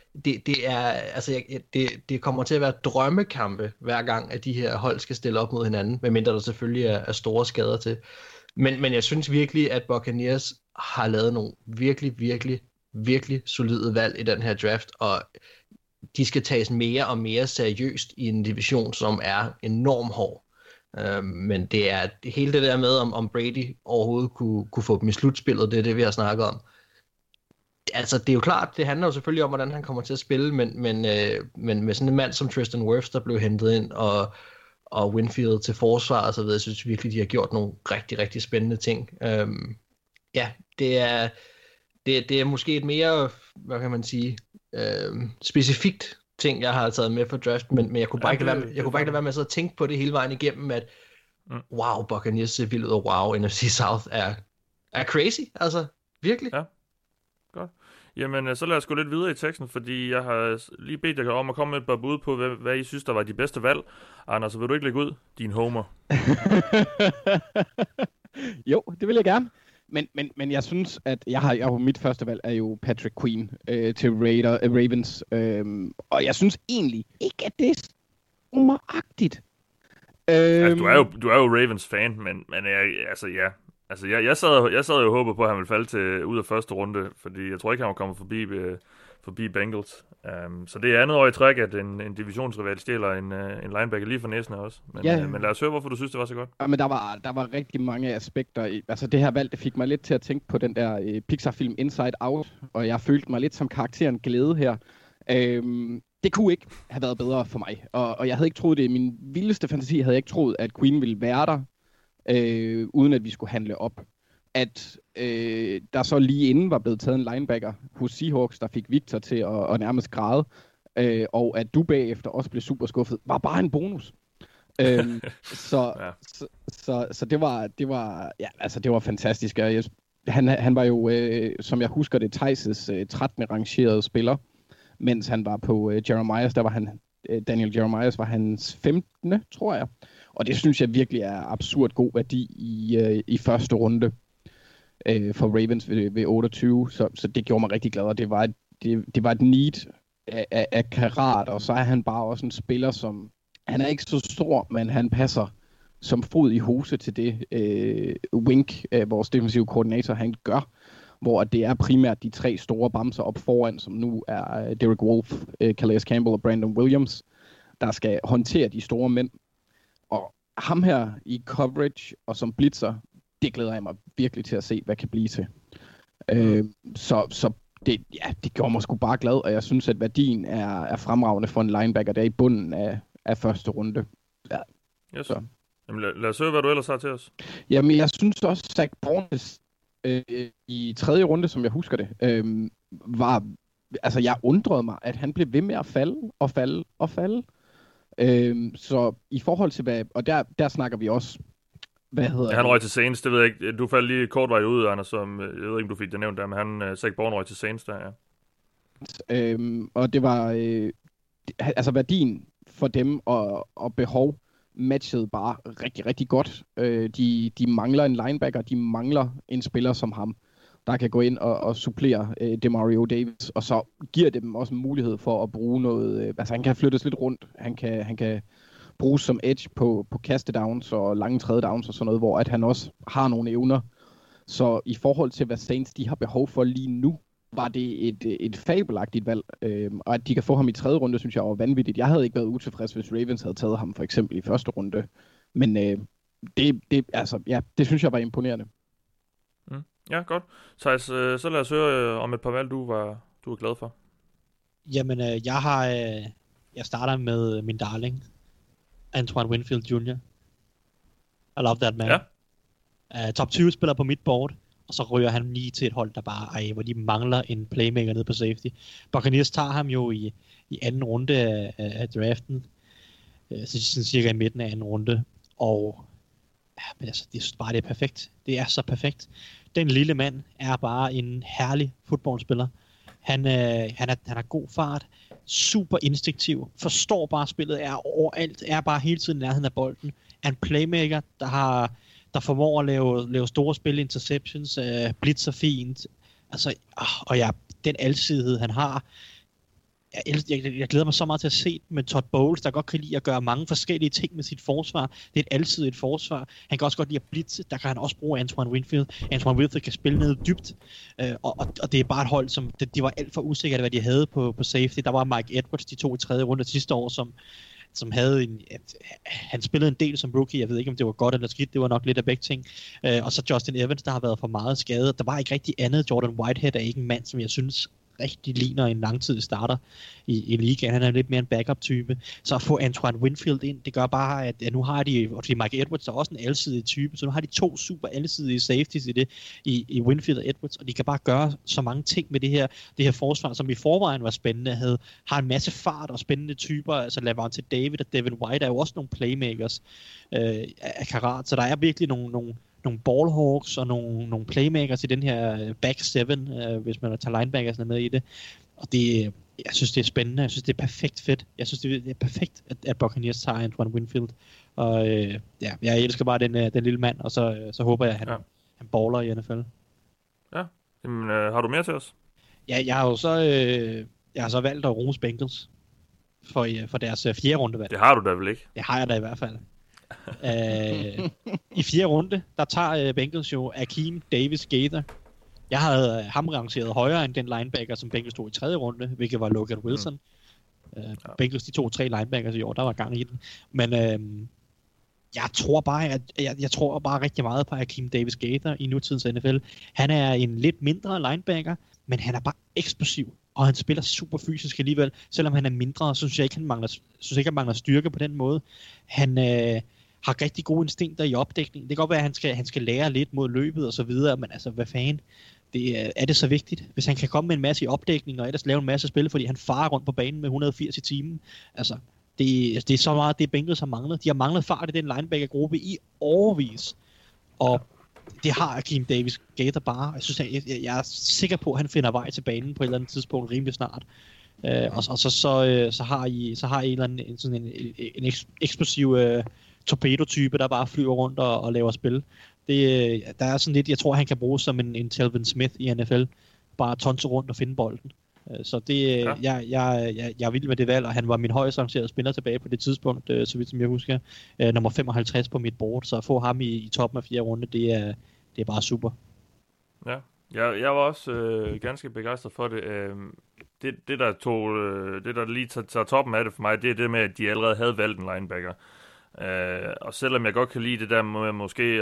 Det kommer til at være drømmekampe hver gang, at de her hold skal stille op mod hinanden, medmindre der selvfølgelig er store skader til. Men jeg synes virkelig, at Buccaneers har lavet nogle virkelig solide valg i den her draft, og de skal tages mere og mere seriøst i en division, som er enormt hård. Men det er hele det der med, om Brady overhovedet kunne få dem i slutspillet, det er det, vi har snakket om. Altså, det er jo klart, det handler jo selvfølgelig om, hvordan han kommer til at spille, men med sådan en mand som Tristan Wirfs, der blev hentet ind, og Winfield til forsvar og så videre, jeg synes virkelig, de har gjort nogle rigtig spændende ting. Ja, det er måske et mere, hvad kan man sige, specifikt ting, jeg har taget med for draft, men jeg kunne bare ikke lade være med at sidde og tænke på det hele vejen igennem, at wow, Buccaneers ser vildt ud, og wow, NFC South er crazy, altså, virkelig. Ja, godt. Jamen, så lad os gå lidt videre i teksten, fordi jeg har lige bedt jer om at komme med et par bud på, hvad I synes, der var de bedste valg. Anders, vil du ikke lægge ud din homer? Jo, det vil jeg gerne. Men jeg synes, at jeg har mit første valg er jo Patrick Queen til Ravens. Og jeg synes egentlig ikke, at det er sommeragtigt. Altså, du er jo Ravens fan, men jeg sad jo og håbede på, at han ville falde ud af første runde, fordi jeg tror ikke, han var kommet forbi Bengals. Så det er andet år i træk, at en divisionsrival stjæler en linebacker lige for næsen af os. Men lad os høre, hvorfor du synes, det var så godt. Ja, men der var rigtig mange aspekter. Altså det her valg, det fik mig lidt til at tænke på den der Pixar-film Inside Out, og jeg følte mig lidt som karakteren Glæde her. Det kunne ikke have været bedre for mig, og jeg havde ikke troet det. I min vildeste fantasi havde jeg ikke troet, at Queen ville være der, uden at vi skulle handle op. At der så lige inden var blevet taget en linebacker hos Seahawks, der fik Victor til at nærmest græde, og at du bagefter også blev super skuffet, var bare en bonus. Så det var fantastisk. Han var jo, som jeg husker det, Theis' 13. rangerede spiller, mens han var på Jeremiah's, der var han, Daniel Jeremiah's var hans 15. tror jeg. Og det synes jeg virkelig er absurd god værdi i første runde for Ravens ved 28. Så det gjorde mig rigtig glad, og det var et need af karat, og så er han bare også en spiller, som han er ikke så stor, men han passer som fod i hose til det Wink, vores defensive koordinator, han gør, hvor det er primært de 3 store bamser op foran, som nu er Derek Wolfe, Calais Campbell og Brandon Williams, der skal håndtere de store mænd. Og ham her i coverage og som blitzer, det glæder jeg mig virkelig til at se, hvad kan blive til. Så det gjorde mig sgu bare glad, og jeg synes, at værdien er fremragende for en linebacker, der er i bunden af første runde. Ja. Yes. Så. Jamen, lad os høre, hvad du ellers har til os. Jamen, jeg synes også, Zach Bornes i 3. runde, som jeg husker det, var... Altså, jeg undrede mig, at han blev ved med at falde. Så i forhold til hvad... Og der snakker vi også... Han røg til Saints, det ved jeg ikke. Du faldt lige kort vej ud, Anders, som jeg ved ikke, om du fik det nævnt der, men Zach Bourne røg til Saints der, ja. Og det var... altså, værdien for dem og behov matchede bare rigtig godt. De mangler en linebacker, de mangler en spiller som ham, der kan gå ind og supplere Demario Davis, og så giver det dem også en mulighed for at bruge noget... altså, han kan flyttes lidt rundt. Han kan bruges som edge på kastedowns og lange tredje downs og sådan noget, hvor at han også har nogle evner. Så i forhold til, hvad Saints de har behov for lige nu, var det et fabelagtigt valg. Og at de kan få ham i 3. runde, synes jeg var vanvittigt. Jeg havde ikke været utilfreds, hvis Ravens havde taget ham for eksempel i 1. runde. Men det synes jeg var imponerende. Ja, godt. Theis, så lad os høre om et par valg, du er glad for. Jamen, jeg starter med min darling, Antoine Winfield Jr. I love that man. Ja. Top 20 spiller på mit board, og så ryger han lige til et hold, der bare, hvor de mangler en playmaker nede på safety. Buccaneers tager ham jo i 2. runde af draften, sådan cirka i midten af 2. runde, og men altså, det er bare det er perfekt. Det er så perfekt. Den lille mand er bare en herlig fodboldspiller. Han har god fart, super instinktiv, forstår bare spillet, er overalt, er bare hele tiden i nærheden af bolden, er en playmaker, der formår at lave store spil, interceptions, blitzer fint, altså, og ja, den alsidighed han har, jeg glæder mig så meget til at se med Todd Bowles, der godt kan lide at gøre mange forskellige ting med sit forsvar. Det er et alsidigt forsvar. Han kan også godt lide at blitze. Der kan han også bruge Antoine Winfield. Antoine Winfield kan spille ned dybt. Og det er bare et hold, som de var alt for usikre, hvad de havde på safety. Der var Mike Edwards, de to i tredje runde sidste år, som havde han spillede en del som rookie. Jeg ved ikke, om det var godt eller skidt. Det var nok lidt af begge ting. Og så Justin Evans, der har været for meget skadet. Der var ikke rigtig andet. Jordan Whitehead er ikke en mand, som jeg synes rigtig ligner en langtidig starter i ligaen. Han er lidt mere en backup-type. Så at få Antoine Winfield ind, det gør bare, at nu har de, og Mike Edwards er også en alsidig type, så nu har de to super alsidige safeties i Winfield og Edwards, og de kan bare gøre så mange ting med det her forsvar, som i forvejen var spændende, har en masse fart og spændende typer, altså Lavonte David og Devin White er jo også nogle playmakers af karat, så der er virkelig nogle ballhawks og nogle playmakers i den her back seven, hvis man tager linebackers med i det. Og jeg synes, det er spændende. Jeg synes, det er perfekt fedt. Jeg synes, det er perfekt, at Buccaneers tager Antoine Winfield. Og jeg elsker bare den lille mand, og så håber jeg, at han baller i NFL. Ja. Jamen, har du mere til os? Ja, jeg har så valgt at rose Bengals for deres 4. rundevalg. Det har du da vel ikke? Det har jeg da i hvert fald. I 4. runde, der tager Bengals jo Akeem Davis Gaither. Jeg havde ham rangeret højere end den linebacker, som Bengals tog i 3. runde, hvilket var Logan Wilson. Bengals, de tog 3 linebackers i år, der var gang i den. Men jeg tror bare rigtig meget på Akeem Davis Gaither i nutidens NFL. Han er en lidt mindre linebacker, men han er bare eksplosiv. Og han spiller super fysisk alligevel. Selvom han er mindre, så synes jeg ikke, han mangler styrke på den måde. Han har rigtig gode instinkter i opdækning. Det kan godt være, at han skal lære lidt mod løbet og så videre, men altså, hvad fanden? Er det så vigtigt? Hvis han kan komme med en masse i opdækning og ellers lave en masse spil, fordi han farer rundt på banen med 180 i timen. Altså, det er så meget, det Bengals har manglet. De har manglet fart i den linebacker-gruppe i årevis. Og det har Akeem Davis Gaither bare. Jeg er sikker på, at han finder vej til banen på et eller andet tidspunkt rimelig snart. Og så har I en eller anden en eksplosiv torpedo-type, der bare flyver rundt og laver spil. Der er sådan lidt, jeg tror, han kan bruges som en Telvin Smith i NFL. Bare tonse rundt og finde bolden. Så jeg er vild med det valg, og han var min højst rangerede spiller tilbage på det tidspunkt, så vidt som jeg husker. Nummer 55 på mit board, så at få ham i toppen af 4. runde, det er bare super. Ja, jeg var også ganske begejstret for det. Det der lige tager toppen af det for mig, det er det med, at de allerede havde valgt en linebacker. Og selvom jeg godt kan lide det der med måske,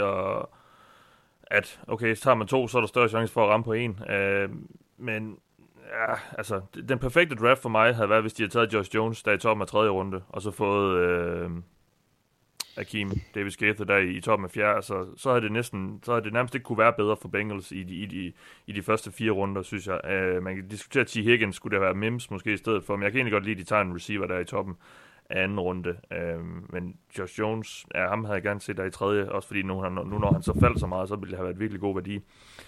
at okay, så tager man 2, så er der større chance for at ramme på 1. Men ja, altså, den perfekte draft for mig havde været, hvis de havde taget Josh Jones, der i toppen af 3. runde, og så fået Akeem Davis Gaither der i toppen af 4. Altså, så havde det nærmest ikke kunne være bedre for Bengals i de første 4 runder, synes jeg. Man kan diskutere, at T. Higgins skulle det være Mims måske i stedet for, men jeg kan egentlig godt lide, at de tager en receiver der i toppen af 2. runde. Men Josh Jones, ham havde jeg gerne set der i 3. også fordi nu når han så faldt så meget, så ville det have været virkelig god værdi.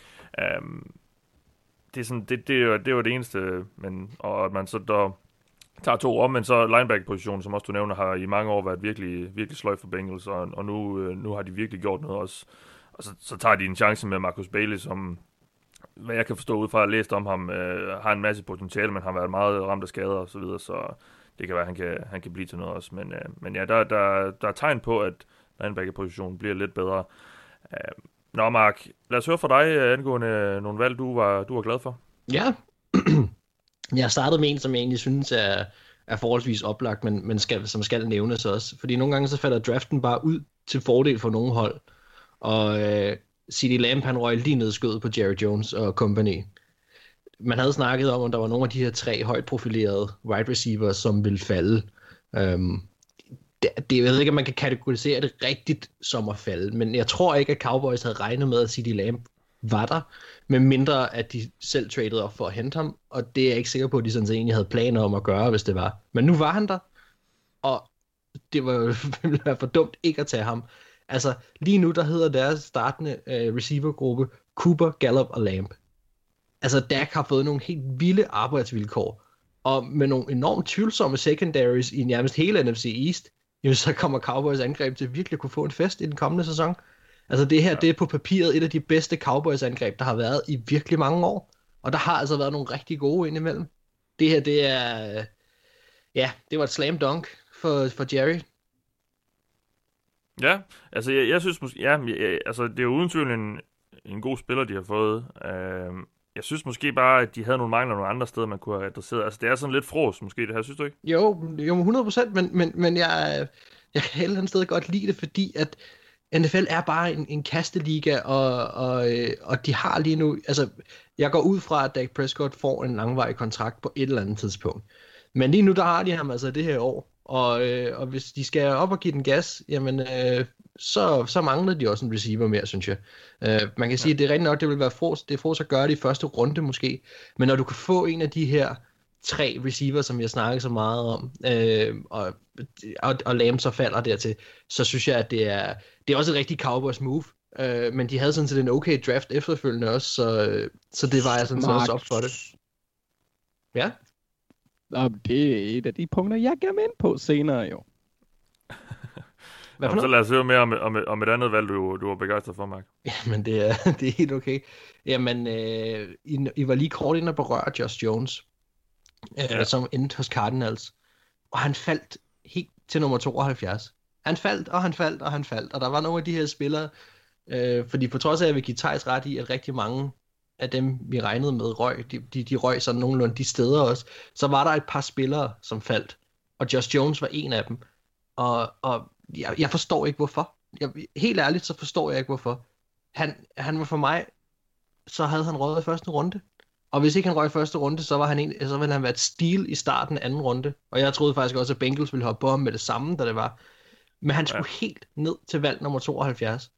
Det er sådan, det var det eneste, og at man så der tager 2 om, men så linebacker-positionen, som også du nævner, har i mange år været virkelig, virkelig sløj for Bengals, og nu har de virkelig gjort noget også. Og så tager de en chance med Marcus Bailey, som, hvad jeg kan forstå ud fra at læse om ham, har en masse potentiale, men har været meget ramt af skader og så videre, så det kan være, at han kan blive til noget også. Men ja, der er tegn på, at linebacker-positionen bliver lidt bedre. Nå, Mark, lad os høre fra dig angående nogle valg, du var glad for. Ja, jeg startede med en, som jeg egentlig synes er forholdsvis oplagt, men som skal nævnes også. Fordi nogle gange så falder draften bare ud til fordel for nogle hold. Og CeeDee Lamb, han røg lige ned skødet på Jerry Jones og company. Man havde snakket om der var nogle af de her 3 højt profilerede wide receivers, som ville falde. Jeg ved ikke, om man kan kategorisere det rigtigt som at falde, men jeg tror ikke, at Cowboys havde regnet med, at CeeDee Lamb var der, med mindre at de selv traded op for at hente ham, og det er jeg ikke sikker på, at de sådan set egentlig havde planer om at gøre, hvis det var. Men nu var han der, og det ville være for dumt ikke at tage ham. Altså, lige nu, der hedder deres startende receivergruppe Cooper, Gallup og Lamb. Altså, Dak har fået nogle helt vilde arbejdsvilkår, og med nogle enormt tvivlsomme secondaries i nærmest hele NFC East, jamen, så kommer Cowboys angreb til virkelig at kunne få en fest i den kommende sæson. Altså det her, det er på papiret et af de bedste Cowboys angreb, der har været i virkelig mange år. Og der har altså været nogle rigtig gode indimellem. det her, det er... Ja, det var et slam dunk for Jerry. Ja, altså jeg synes måske... Ja, altså det er jo uden tvivl en god spiller, de har fået. Jeg synes måske bare, at de havde nogle mangler nogle andre steder, man kunne have adresseret. Altså det er sådan lidt fros måske, det her, synes du ikke? Jo 100%, men jeg kan et eller andet sted godt lide det, fordi at NFL er bare en kasteliga, og de har lige nu... Altså, jeg går ud fra, at Dak Prescott får en langvarig kontrakt på et eller andet tidspunkt. Men lige nu, der har de ham altså det her år. Og hvis de skal op og give den gas, jamen, så mangler de også en receiver mere, synes jeg. Man kan sige, at det er rigtig nok, det vil være Fros at gøre det i første runde måske. Men når du kan få en af de her 3 receiver, som jeg snakker så meget om, og Lamb så falder dertil, så synes jeg, at det er også et rigtig Cowboys move. Men de havde sådan set en okay draft efterfølgende også, så det var jeg sådan set også op for det. Ja? Det er et af de punkter, jeg gerne ind på senere, jo. Så lad os høre mere om et andet valg, du var begejstret for, Mark. Jamen, det er helt okay. Jamen, I var lige kort inde og berøre Josh Jones, som endte hos Cardinals. Og han faldt helt til nummer 72. Han faldt, og der var nogle af de her spillere, fordi på trods af, at vi giver Theis ret i, at rigtig mange af dem, vi regnede med røg, de røg sådan nogenlunde de steder også, så var der et par spillere, som faldt. Og Josh Jones var en af dem. Og jeg forstår ikke, hvorfor. Helt ærligt, så forstår jeg ikke, hvorfor. Han var for mig, så havde han røget i første runde. Og hvis ikke han røg i første runde, så ville han være et steal i starten af anden runde. Og jeg troede faktisk også, at Bengals ville hoppe på ham med det samme, da det var. Men han skulle helt ned til valg nummer 72.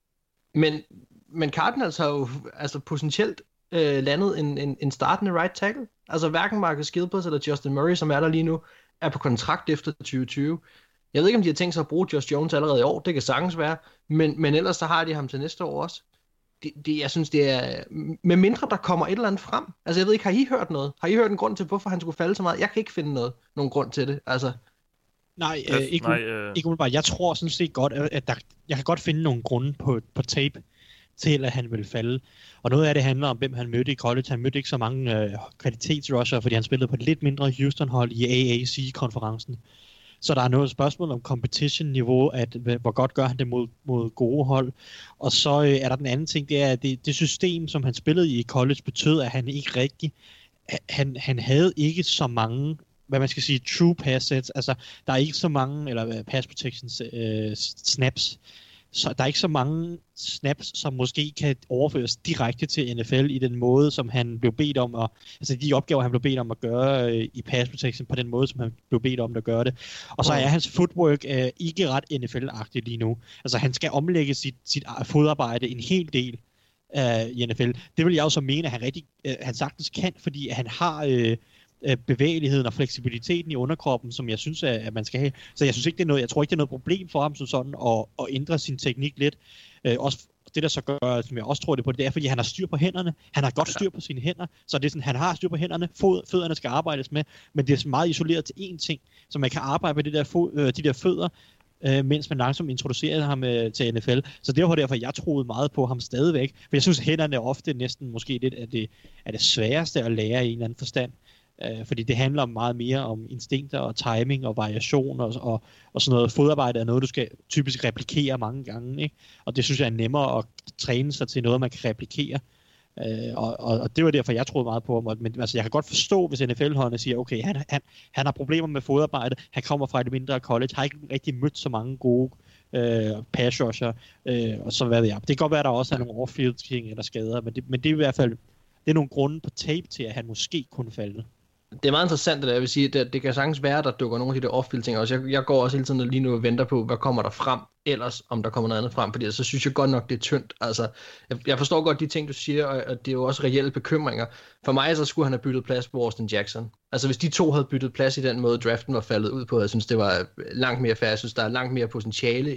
Men Cardinals har jo altså potentielt landet en startende right tackle. Altså hverken Marcus Gilbert eller Justin Murray, som er der lige nu, er på kontrakt efter 2020. Jeg ved ikke, om de har tænkt sig at bruge Josh Jones allerede i år. Det kan sagtens være. Men ellers så har de ham til næste år også. Jeg synes, det er... Med mindre der kommer et eller andet frem. Altså jeg ved ikke, har I hørt noget? Har I hørt en grund til, hvorfor han skulle falde så meget? Jeg kan ikke finde nogen grund til det. Altså... Nej, ikke umiddelbart. Jeg tror sådan set godt, at jeg kan godt finde nogle grunde på tape til, at han vil falde. Og noget af det handler om, hvem han mødte i college. Han mødte ikke så mange kvalitetsrusher, fordi han spillede på et lidt mindre Houston-hold i AAC-konferencen. Så der er noget spørgsmål om competition-niveau, at hvor godt gør han det mod gode hold. Og så er der den anden ting, det er, at det system, som han spillede i college, betød, at han ikke rigtig... Han havde ikke så mange, hvad man skal sige, true pass sets. Altså, der er ikke så mange, eller pass protection snaps. Så der er ikke så mange snaps, som måske kan overføres direkte til NFL i den måde, som han blev bedt om, altså de opgaver, han blev bedt om at gøre i pass protection, på den måde, som han blev bedt om at gøre det. Og så er hans footwork ikke ret NFL-agtigt lige nu. Altså han skal omlægge sit fodarbejde en hel del i NFL. Det vil jeg også mene, at han sagtens kan, fordi han har... bevægeligheden og fleksibiliteten i underkroppen, som jeg synes, at man skal have. Så jeg synes ikke, jeg tror ikke, det er noget problem for ham som sådan at ændre sin teknik lidt. Også det, der så gør, som jeg også tror det på, det er, fordi han har styr på hænderne. Han har godt styr på sine hænder, så det er sådan, han har styr på hænderne. Fødderne skal arbejdes med, men det er meget isoleret til én ting, så man kan arbejde med de der fødder, mens man langsomt introducerer ham til NFL. Så det var derfor, jeg troede meget på ham stadigvæk. For jeg synes, at hænderne ofte næsten måske lidt er det sværeste at lære i en eller anden forstand. Fordi det handler meget mere om instinkter og timing og variation og sådan noget. Fodarbejde er noget, du skal typisk replikere mange gange, ikke? Og det synes jeg er nemmere at træne sig til noget, man kan replikere. Og det var derfor, jeg troede meget på ham. Men altså, jeg kan godt forstå, hvis NFL-holdene siger, okay, han har problemer med fodarbejde, han kommer fra et mindre college, har ikke rigtig mødt så mange gode pass rusher, og så hvad ved jeg. Det kan godt være, at der også er nogle off-field ting eller skader, men det er i hvert fald det er nogle grunde på tape til, at han måske kunne falde. Det er meget interessant, det jeg vil sige, det kan sagtens være, at der dukker nogle af de der off-field ting også. Jeg går også hele tiden lige nu og venter på, hvad kommer der frem ellers, om der kommer noget andet frem, fordi så synes jeg godt nok, det er tyndt. Altså, jeg forstår godt de ting, du siger, og det er jo også reelle bekymringer. For mig så skulle han have byttet plads på Austin Jackson. Altså, hvis de to havde byttet plads i den måde, draften var faldet ud på, jeg synes, det var langt mere fair. Jeg synes, der er langt mere potentiale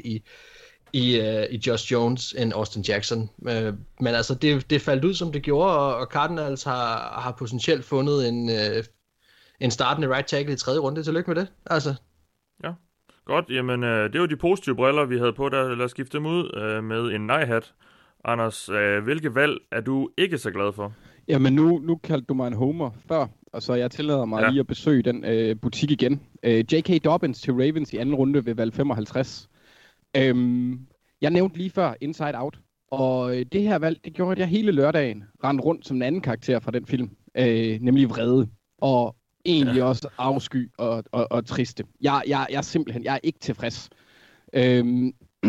i Josh Jones end Austin Jackson. Men altså, det faldt ud, som det gjorde, og Cardinals har potentielt fundet en startende right tackle i 3. runde. Tillykke med det. Altså. Ja, godt. Jamen, det var de positive briller, vi havde på der. Lad os skifte dem ud med en nej-hat. Anders, hvilke valg er du ikke så glad for? Jamen, nu kaldte du mig en homer før, og så jeg tillader mig lige at besøge den butik igen. J.K. Dobbins til Ravens i anden runde ved valg 55. Jeg nævnte lige før Inside Out, og det her valg, det gjorde, at jeg hele lørdagen rendte rundt som en anden karakter fra den film, nemlig vrede, og egentlig også afsky og triste. Jeg er simpelthen, jeg er ikke tilfreds. Det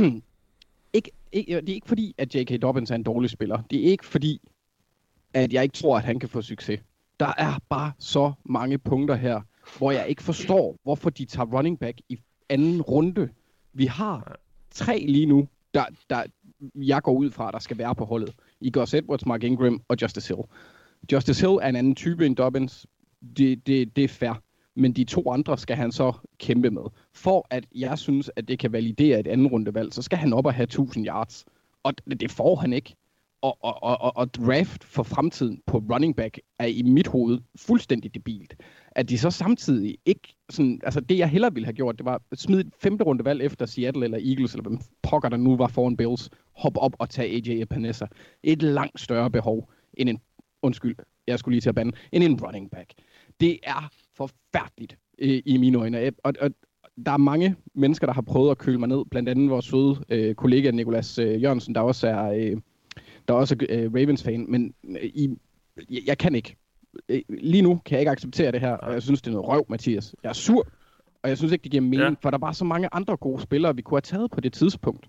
er ikke fordi, at J.K. Dobbins er en dårlig spiller. Det er ikke fordi, at jeg ikke tror, at han kan få succes. Der er bare så mange punkter her, hvor jeg ikke forstår, hvorfor de tager running back i anden runde. Vi har 3 lige nu, der jeg går ud fra, der skal være på holdet. I Gus Edwards, Mark Ingram og Justice Hill. Justice Hill er en anden type end Dobbins. Det er fair. Men de 2 andre skal han så kæmpe med. For at jeg synes, at det kan validere et anden rundevalg, så skal han op og have 1000 yards. Og det får han ikke. Og draft for fremtiden på running back er i mit hoved fuldstændig debilt. At de så samtidig ikke sådan, altså det jeg hellere ville have gjort, det var at smide et 5. rundevalg efter Seattle eller Eagles, eller hvem pokker der nu var foran Bills, hop op og tage AJ Epinesa. Et langt større behov end jeg skulle lige til at bande, end en running back. Det er forfærdeligt i mine øjne. Og der er mange mennesker, der har prøvet at køle mig ned, blandt andet vores søde kollega Nicolas Jørgensen, der også er Ravens-fan, men jeg kan ikke. Lige nu kan jeg ikke acceptere det her, og jeg synes, det er noget røv, Mathias. Jeg er sur, og jeg synes ikke, det giver mening, for der er bare så mange andre gode spillere, vi kunne have taget på det tidspunkt.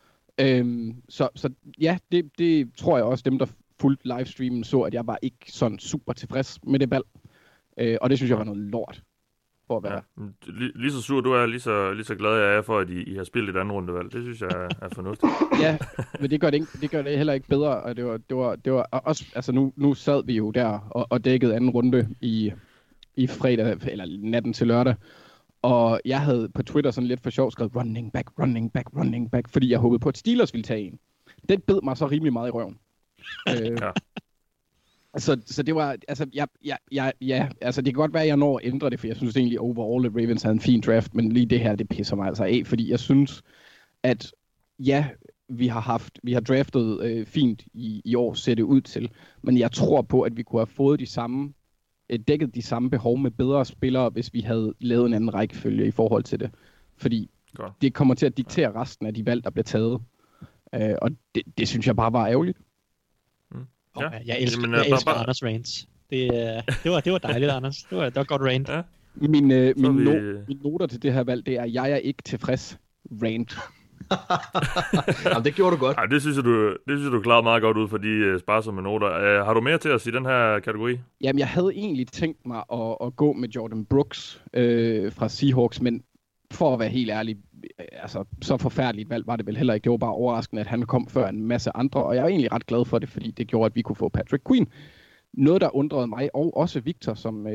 Så ja, det tror jeg også, dem der fulgte livestreamen så, at jeg var ikke sådan super tilfreds med det valg. Og det synes jeg var noget lort for at være. Ja. Lige så sur du er, lige så glad jeg er for, at I har spillet et andet rundevalg. Det synes jeg er fornuftigt. Ja, men det gør det heller ikke bedre. Og det var også, altså nu sad vi jo der og dækkede anden runde i fredag, eller natten til lørdag. Og jeg havde på Twitter sådan lidt for sjov skrevet running back, fordi jeg håbede på, at Steelers ville tage en. Den bed mig så rimelig meget i røven. Ja. Så det var, altså, altså det kan godt være, at jeg når at ændre det, for jeg synes egentlig overall, at Ravens havde en fin draft, men lige det her, det pisser mig altså af, fordi jeg synes, at vi har draftet fint i år, ser det ud til, men jeg tror på, at vi kunne have fået dækket de samme behov med bedre spillere, hvis vi havde lavet en anden rækkefølge i forhold til det, fordi det kommer til at diktere resten af de valg, der bliver taget, og det synes jeg bare var ærgerligt. Ja. Jeg elsker Anders rants. Det var dejligt, Anders. Det var godt rant. Ja. Mine noter til det her valg, det er, jeg er ikke tilfreds rant. Jamen, det gjorde du godt. Ej, det synes du klarede meget godt ud for de sparsomme noter. Har du mere til os i den her kategori? Jamen, jeg havde egentlig tænkt mig at gå med Jordan Brooks fra Seahawks, men for at være helt ærlig, altså, så forfærdeligt valg var det vel heller ikke. Det var bare overraskende, at han kom før en masse andre, og jeg er egentlig ret glad for det, fordi det gjorde, at vi kunne få Patrick Queen. Noget, der undrede mig, og også Victor,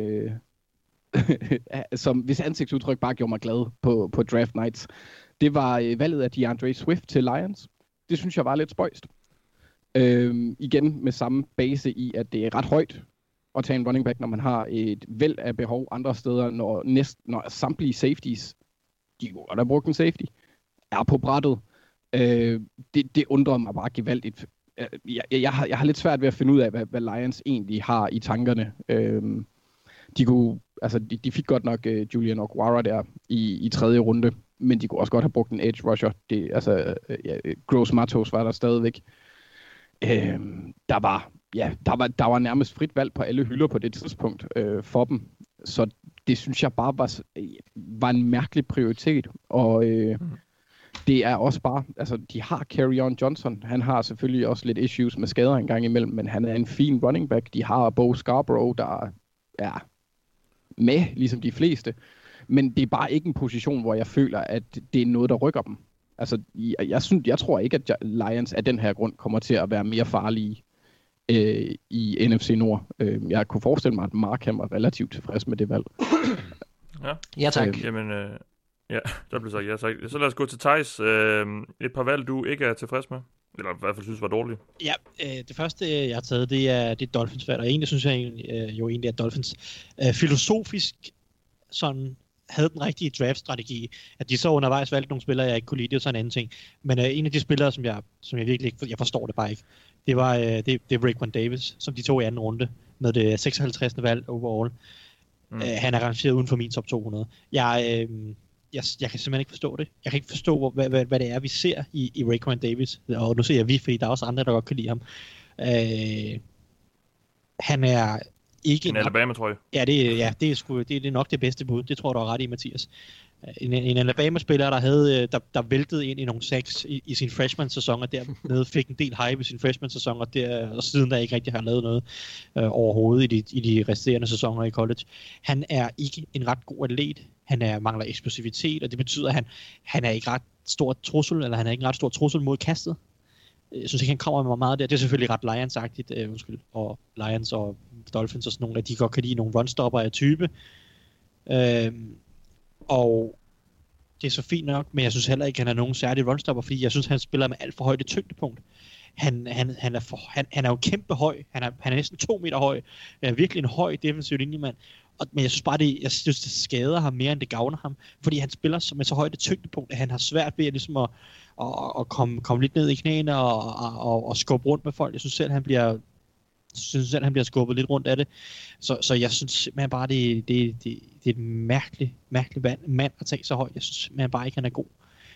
som hvis ansigtsudtryk bare gjorde mig glad på draft nights, det var valget af DeAndre Swift til Lions. Det synes jeg var lidt spøjst. Igen med samme base i, at det er ret højt at tage en running back, når man har et væld af behov andre steder, når samtlige safeties, de kunne godt have brugt en safety, er på brættet. Det undrer mig bare gevaldigt. Jeg har lidt svært ved at finde ud af, hvad Lions egentlig har i tankerne. De fik godt nok Julian Okwara der i 3. runde, men de kunne også godt have brugt en edge rusher. Gross Matos var der stadigvæk. Der var nærmest frit valg på alle hylder på det tidspunkt for dem. Så det synes jeg bare var en mærkelig prioritet. Og det er også bare, altså de har Kerryon Johnson. Han har selvfølgelig også lidt issues med skader en gang imellem, men han er en fin running back. De har Bo Scarborough, der er med, ligesom de fleste. Men det er bare ikke en position, hvor jeg føler, at det er noget, der rykker dem. Altså, jeg tror ikke, at Lions af den her grund kommer til at være mere farlige i NFC Nord. Jeg kunne forestille mig, at Mark var relativt tilfreds med det valg. Ja, tak. Jamen, ja, der blev sagt ja, tak. Så lad os gå til Theis. Et par valg, du ikke er tilfreds med? Eller i hvert fald synes var dårligt? Ja, det første, jeg har taget, det er Dolphins valg. Og egentlig synes jeg egentlig, at Dolphins filosofisk sådan havde den rigtige draft-strategi. At de så undervejs valgte nogle spillere, jeg ikke kunne lide, det er sådan en anden ting. Men en af de spillere, som jeg virkelig ikke, jeg forstår det bare ikke, det er Raekwon Davis, som de tog i anden runde. med det 56. valg overall. Han er rangeret uden for min top 200. Jeg kan simpelthen ikke forstå det. Jeg kan ikke forstå, hvad det er, vi ser i Raekwon Davis. Og nu ser jeg vi, fordi der er også andre, der godt kan lide ham. Han er ikke en Alabama, tror jeg. Ja, det er nok det bedste bud. Det tror jeg, du har ret i, Mathias. En Alabama-spiller, der væltede ind i nogle sacks i sin freshman-sæson, og dermed fik en del hype i sin freshman-sæson, og siden der ikke rigtig har lavet noget overhovedet i de resterende sæsoner i college. Han er ikke en ret god atlet. Han mangler eksplosivitet, og det betyder, at han er ikke ret stor trussel, eller han er ikke en ret stor trussel mod kastet. Jeg synes ikke, han kommer med meget der. Det er selvfølgelig ret Lions-agtigt, og Lions og Dolphins og sådan nogle, at de godt kan lide nogle runstopper af type. Og det er så fint nok, men jeg synes heller ikke, han er nogen særlig runstopper, fordi jeg synes, han spiller med alt for højt et tyngdepunkt. Han er jo kæmpe høj. Han er næsten 2 meter høj. Virkelig en høj defensiv linjemand. Men jeg synes bare, det skader ham mere, end det gavner ham. Fordi han spiller med så højt et tyngdepunkt, at han har svært ved ligesom at komme lidt ned i knæene og skubbe rundt med folk. Jeg synes selv, han bliver skubbet lidt rundt af det. Så jeg synes simpelthen bare, det er et mærkeligt mand at tage så højt. Jeg synes simpelthen bare ikke, han er god.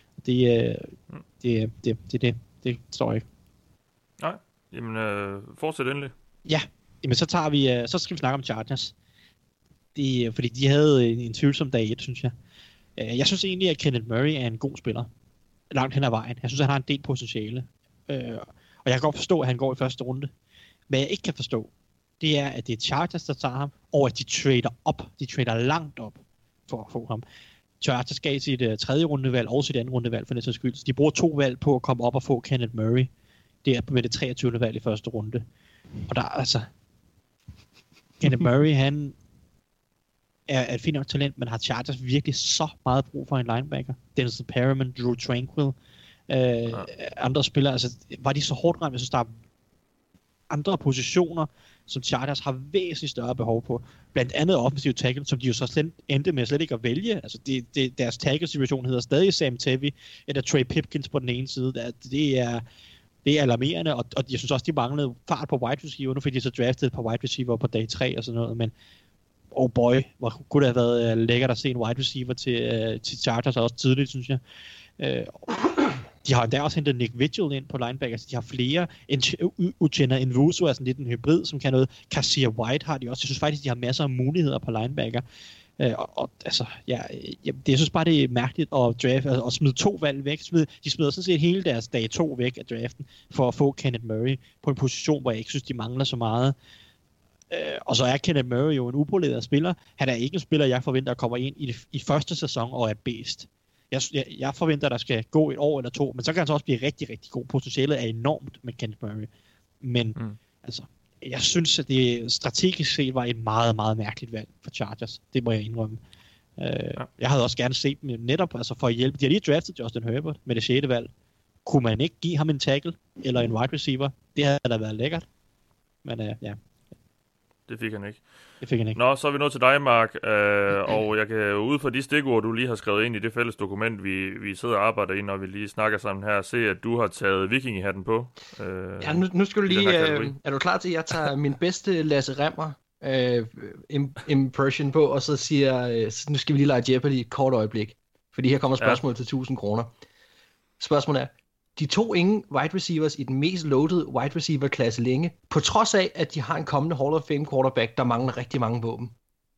Det står ikke. Nej, jamen fortsæt endelig. Ja, jamen så skal vi snakke om Chargers. Fordi de havde en tvivlsom dag 1, synes jeg. Jeg synes egentlig, at Kenneth Murray er en god spiller. Langt hen ad vejen. Jeg synes, han har en del potentiale. Og jeg kan godt forstå, at han går i første runde. Hvad jeg ikke kan forstå, det er, at det er Chargers, der tager ham, og at de trader op. De trader langt op for at få ham. Chargers gav sit 3. rundevalg og sit 2. rundevalg for den sags skyld. Så de bruger 2 valg på at komme op og få Kenneth Murray. Det er med det 23. valg i første runde. Og der altså... Kenneth Murray, han er et fint nok talent, men har Chargers virkelig så meget brug for en linebacker. Denzel Perriman, Drew Tranquill, andre spillere. Altså, var de så hårdt ramt? Jeg synes, der er andre positioner, som Chargers har væsentligt større behov på. Blandt andet offensive tackle, som de jo så endte med slet ikke at vælge. Altså deres tackle-situation hedder stadig Sam Tevi, eller Trey Pipkins på den ene side. Det er alarmerende, og jeg synes også, de manglede fart på wide receiver. Nu fik de så draftet et par wide receiver på dag 3 og sådan noget, men oh boy, hvor kunne det have været lækkert at se en wide receiver til Chargers også tidligt, synes jeg. De har endda også hentet Nick Vigil ind på linebacker, så de har flere. Uchenna Nwosu er sådan lidt en hybrid, som kan noget. Kasia White har de også. Jeg synes faktisk, de har masser af muligheder på linebacker. Jeg synes bare, det er mærkeligt at draft og smide 2 valg væk. De smider sådan set hele deres dag 2 væk af draften for at få Kenneth Murray på en position, hvor jeg ikke synes, de mangler så meget. Og så er Kenneth Murray jo en upoleret spiller. Han er ikke en spiller, jeg forventer at komme ind i første sæson og er bedst. Jeg forventer, at der skal gå 1 år eller 2, men så kan han så også blive rigtig, rigtig god. Potentialet er enormt med Kenneth Murray. Men altså, jeg synes, at det strategisk set var et meget, meget mærkeligt valg for Chargers. Det må jeg indrømme. Jeg havde også gerne set dem netop altså for at hjælpe. De har lige draftet Justin Herbert med det 6. valg. Kunne man ikke give ham en tackle eller en wide receiver? Det havde da været lækkert. Men ja. Det fik han ikke. Nå, så er vi nået til dig, Mark, og jeg kan ud fra de stikord, du lige har skrevet ind i det fælles dokument, vi sidder og arbejder i, når vi lige snakker sammen her, se, at du har taget vikingehatten på. Ja, nu skal du lige... er du klar til, at jeg tager min bedste Lasse Remmer impression på, og så siger, nu skal vi lige lege Jeopardy et kort øjeblik, fordi her kommer spørgsmål til 1000 kroner. Spørgsmålet er, de tog ingen wide receivers i den mest loaded wide receiver klasse længe, på trods af, at de har en kommende Hall of Fame quarterback, der mangler rigtig mange våben.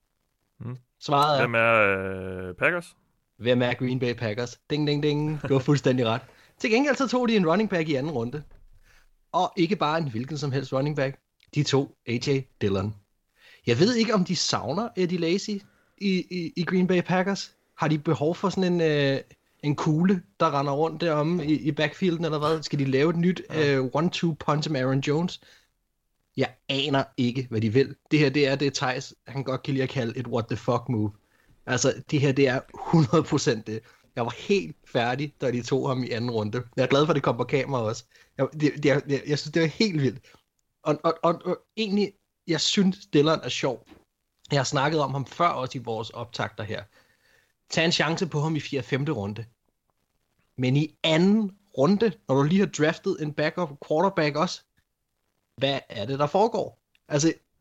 Svaret er... Hvem er Packers? Hvem er Green Bay Packers? Ding, ding, ding. Du har fuldstændig ret. Til gengæld så tog de en running back i 2. runde. Og ikke bare en hvilken som helst running back. De tog A.J. Dillon. Jeg ved ikke, om de savner Eddie Lacy i Green Bay Packers. Har de behov for sådan en kugle, der render rundt deromme i backfielden, eller hvad? Skal de lave et nyt 1-2 punch med Aaron Jones? Jeg aner ikke, hvad de vil. Det her, det er det, Theis, han godt kan lide at kalde et what the fuck move. Altså, det her, det er 100% det. Jeg var helt færdig, da de tog ham i 2. runde. Jeg er glad for, at det kom på kamera også. Jeg synes, det var helt vildt. Og egentlig, jeg synes, Dillon er sjov. Jeg har snakket om ham før også i vores optakter her. Tag en chance på ham i 4. og 5. runde. Men i 2. runde, når du lige har draftet en backup quarterback også, hvad er det, der foregår? Altså,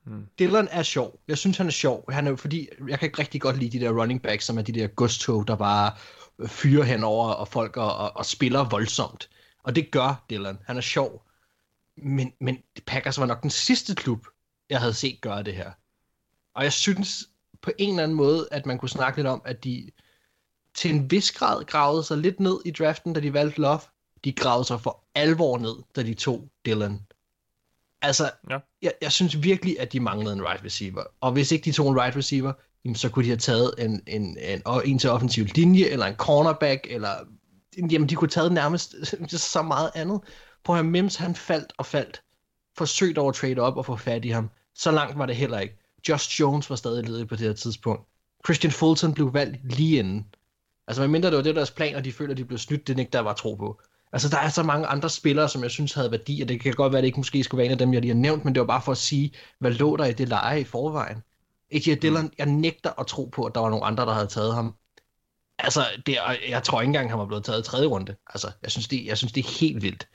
Dillon er sjov. Jeg synes, han er sjov. Han er, fordi jeg kan ikke rigtig godt lide de der running backs, som er de der godstog, der bare fyrer henover og folk og spiller voldsomt. Og det gør Dillon. Han er sjov. Men Packers var nok den sidste klub, jeg havde set gøre det her. Og jeg synes på en eller anden måde, at man kunne snakke lidt om, at de til en vis grad gravede sig lidt ned i draften, da de valgte Love. De gravede sig for alvor ned, da de tog Dillon. Altså, jeg synes virkelig, at de manglede en right receiver. Og hvis ikke de tog en right receiver, så kunne de have taget en til offensiv linje, eller en cornerback, eller jamen, de kunne have taget nærmest så meget andet. På at Mims, han faldt. Forsøgte over at trade op og få fat i ham. Så langt var det heller ikke. Josh Jones var stadig ledig på det her tidspunkt. Christian Fulton blev valgt lige inden. Altså, medmindre det var det deres plan, og de følte, at de blev snydt, det er ikke, der var tro på. Altså, der er så mange andre spillere, som jeg synes havde værdi, og det kan godt være, at det ikke måske skulle være en af dem, jeg lige har nævnt, men det var bare for at sige, hvad lå der i det leje i forvejen. A.J. Dillon, jeg nægter at tro på, at der var nogle andre, der havde taget ham. Altså, jeg tror ikke engang, han var blevet taget i 3. runde. Altså, jeg synes, det er helt vildt.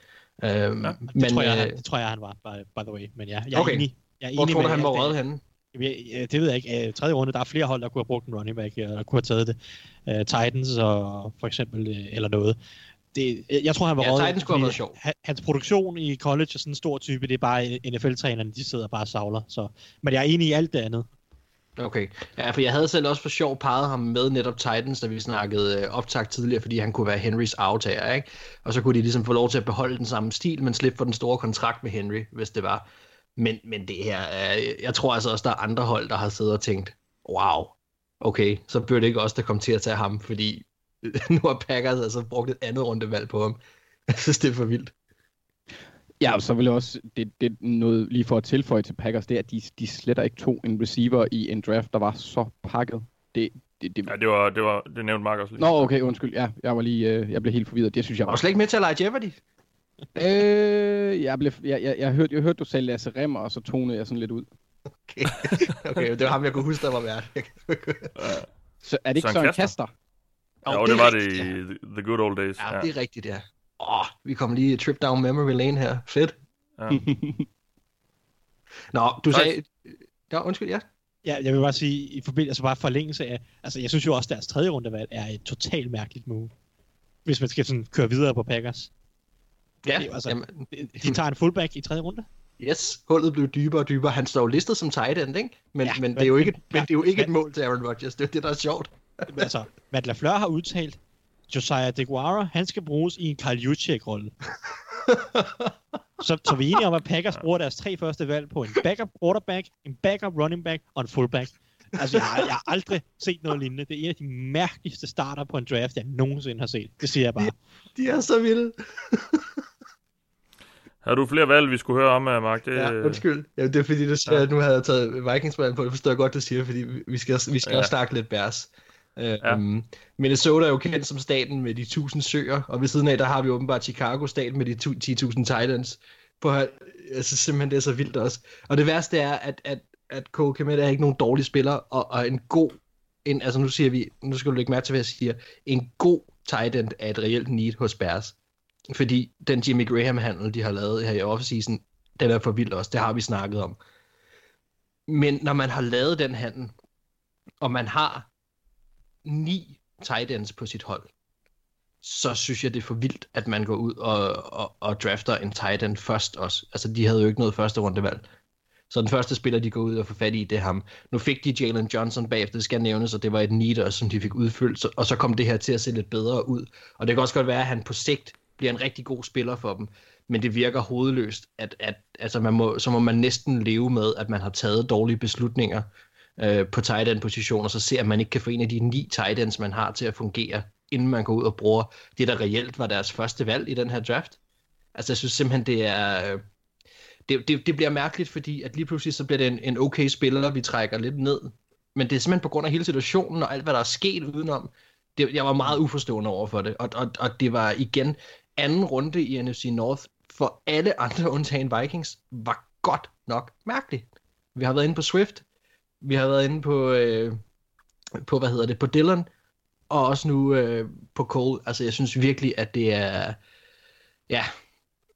Det tror jeg, han var, by the way. Men jeg er okay. enig. Hvor tror du, han var røget henne? Det ved jeg ikke. 3. runde, der er flere hold, der kunne have brugt en running back, og kunne have taget det. Titans og for eksempel, eller noget. Jeg tror, han var røget. Titans kunne have været sjov. Hans produktion i college er sådan en stor type, det er bare NFL-trænerne, de sidder bare og savler. Så. Men jeg er enig i alt det andet. Okay. Ja, for jeg havde selv også for sjov parret ham med netop Titans, da vi snakkede optakt tidligere, fordi han kunne være Henrys aftager, ikke? Og så kunne de ligesom få lov til at beholde den samme stil, men slippe for den store kontrakt med Henry, hvis det var. Men det her, jeg tror altså også, der er andre hold, der har siddet og tænkt, wow, okay, så bør det ikke også, der komme til at tage ham, fordi nu har Packers altså brugt et andet rundevalg på ham. Jeg synes, det er for vildt. Ja, og så vil jeg også, det noget lige for at tilføje til Packers, det er, at de sletter ikke tog en receiver i en draft, der var så pakket. Ja, det nævnte Mark også lige. Nå, okay, undskyld. Ja, jeg blev helt forvirret. Det synes jeg var slet ikke med til at lege Jeopardy. Jeg hørte du sagde Lasse Remmer, og så tonede jeg sådan lidt ud. Okay, det var ham, jeg kunne huske, der var værd. Så er det ikke Søren Kaster? Jo, det var det i The Good Old Days. Ja, det er rigtigt, ja. Vi kom lige trip down memory lane her. Fedt. Ja. Nå, du sagde... Ja, undskyld, ja. Ja, jeg vil bare sige, i forbindelse, altså bare forlængelse af... Altså, jeg synes jo også, at deres 3. rundevalg er et totalt mærkeligt move. Hvis man skal sådan køre videre på Packers. Ja. De tager en fullback i 3. runde. Yes, hullet blev dybere og dybere. Han står jo listet som tight end, ikke? Men det er jo ikke et mål til Aaron Rodgers. Det er det, der er sjovt. Altså, Matt LaFleur har udtalt, Josiah DeGuara, han skal bruges i en Kyle Juszczyk-rolle. så vi er enige om, at Packers bruger deres 3 første valg på en backup quarterback, en backup running back og en fullback. Altså, jeg har aldrig set noget lignende. Det er en af de mærkeligste starter på en draft, jeg nogensinde har set. Det siger jeg bare. De er så vilde. Har du flere valg, vi skulle høre om, Mark? Ja, undskyld. Ja, det er fordi, du siger, at nu havde jeg taget Vikings-valg på. Det forstår jeg godt, du siger, fordi vi skal også snakke lidt Bears. Minnesota er jo kendt som staten med de 1000 søer, og ved siden af, der har vi åbenbart Chicago-staten med de 10.000 Titans. Altså, simpelthen, det er så vildt også. Og det værste er, at Cole Kmet er ikke nogen dårlig spiller, og altså nu skal du lægge mærke til, hvad jeg siger, en god tight end er et reelt need hos Bears. Fordi den Jimmy Graham-handel, de har lavet her i offseason, den er for vild også, det har vi snakket om. Men når man har lavet den handel, og man har 9 tight ends på sit hold, så synes jeg, det er for vildt, at man går ud og drafter en tight end først også. Altså, de havde jo ikke noget første rundevalg. Så den første spiller, de går ud og får fat i, det er ham. Nu fik de Jalen Johnson bagefter, det skal nævnes, og det var et need også, som de fik udfyldt, og så kom det her til at se lidt bedre ud. Og det kan også godt være, at han på sigt bliver en rigtig god spiller for dem, men det virker hovedløst, at altså så må man næsten leve med, at man har taget dårlige beslutninger på tight end positioner, så ser man ikke kan få en af de 9 tight ends, man har til at fungere, inden man går ud og bruger det, der reelt var deres første valg i den her draft. Altså jeg synes simpelthen, det bliver mærkeligt, fordi at lige pludselig så bliver det en okay spiller, vi trækker lidt ned, men det er simpelthen på grund af hele situationen og alt, hvad der er sket udenom. Jeg var meget uforstående over for det, og det var igen 2. runde i NFC North for alle andre undtagen Vikings, var godt nok mærkeligt. Vi har været inde på Swift, vi har været inde på Dillon, og også nu på Cole. Altså jeg synes virkelig, at det er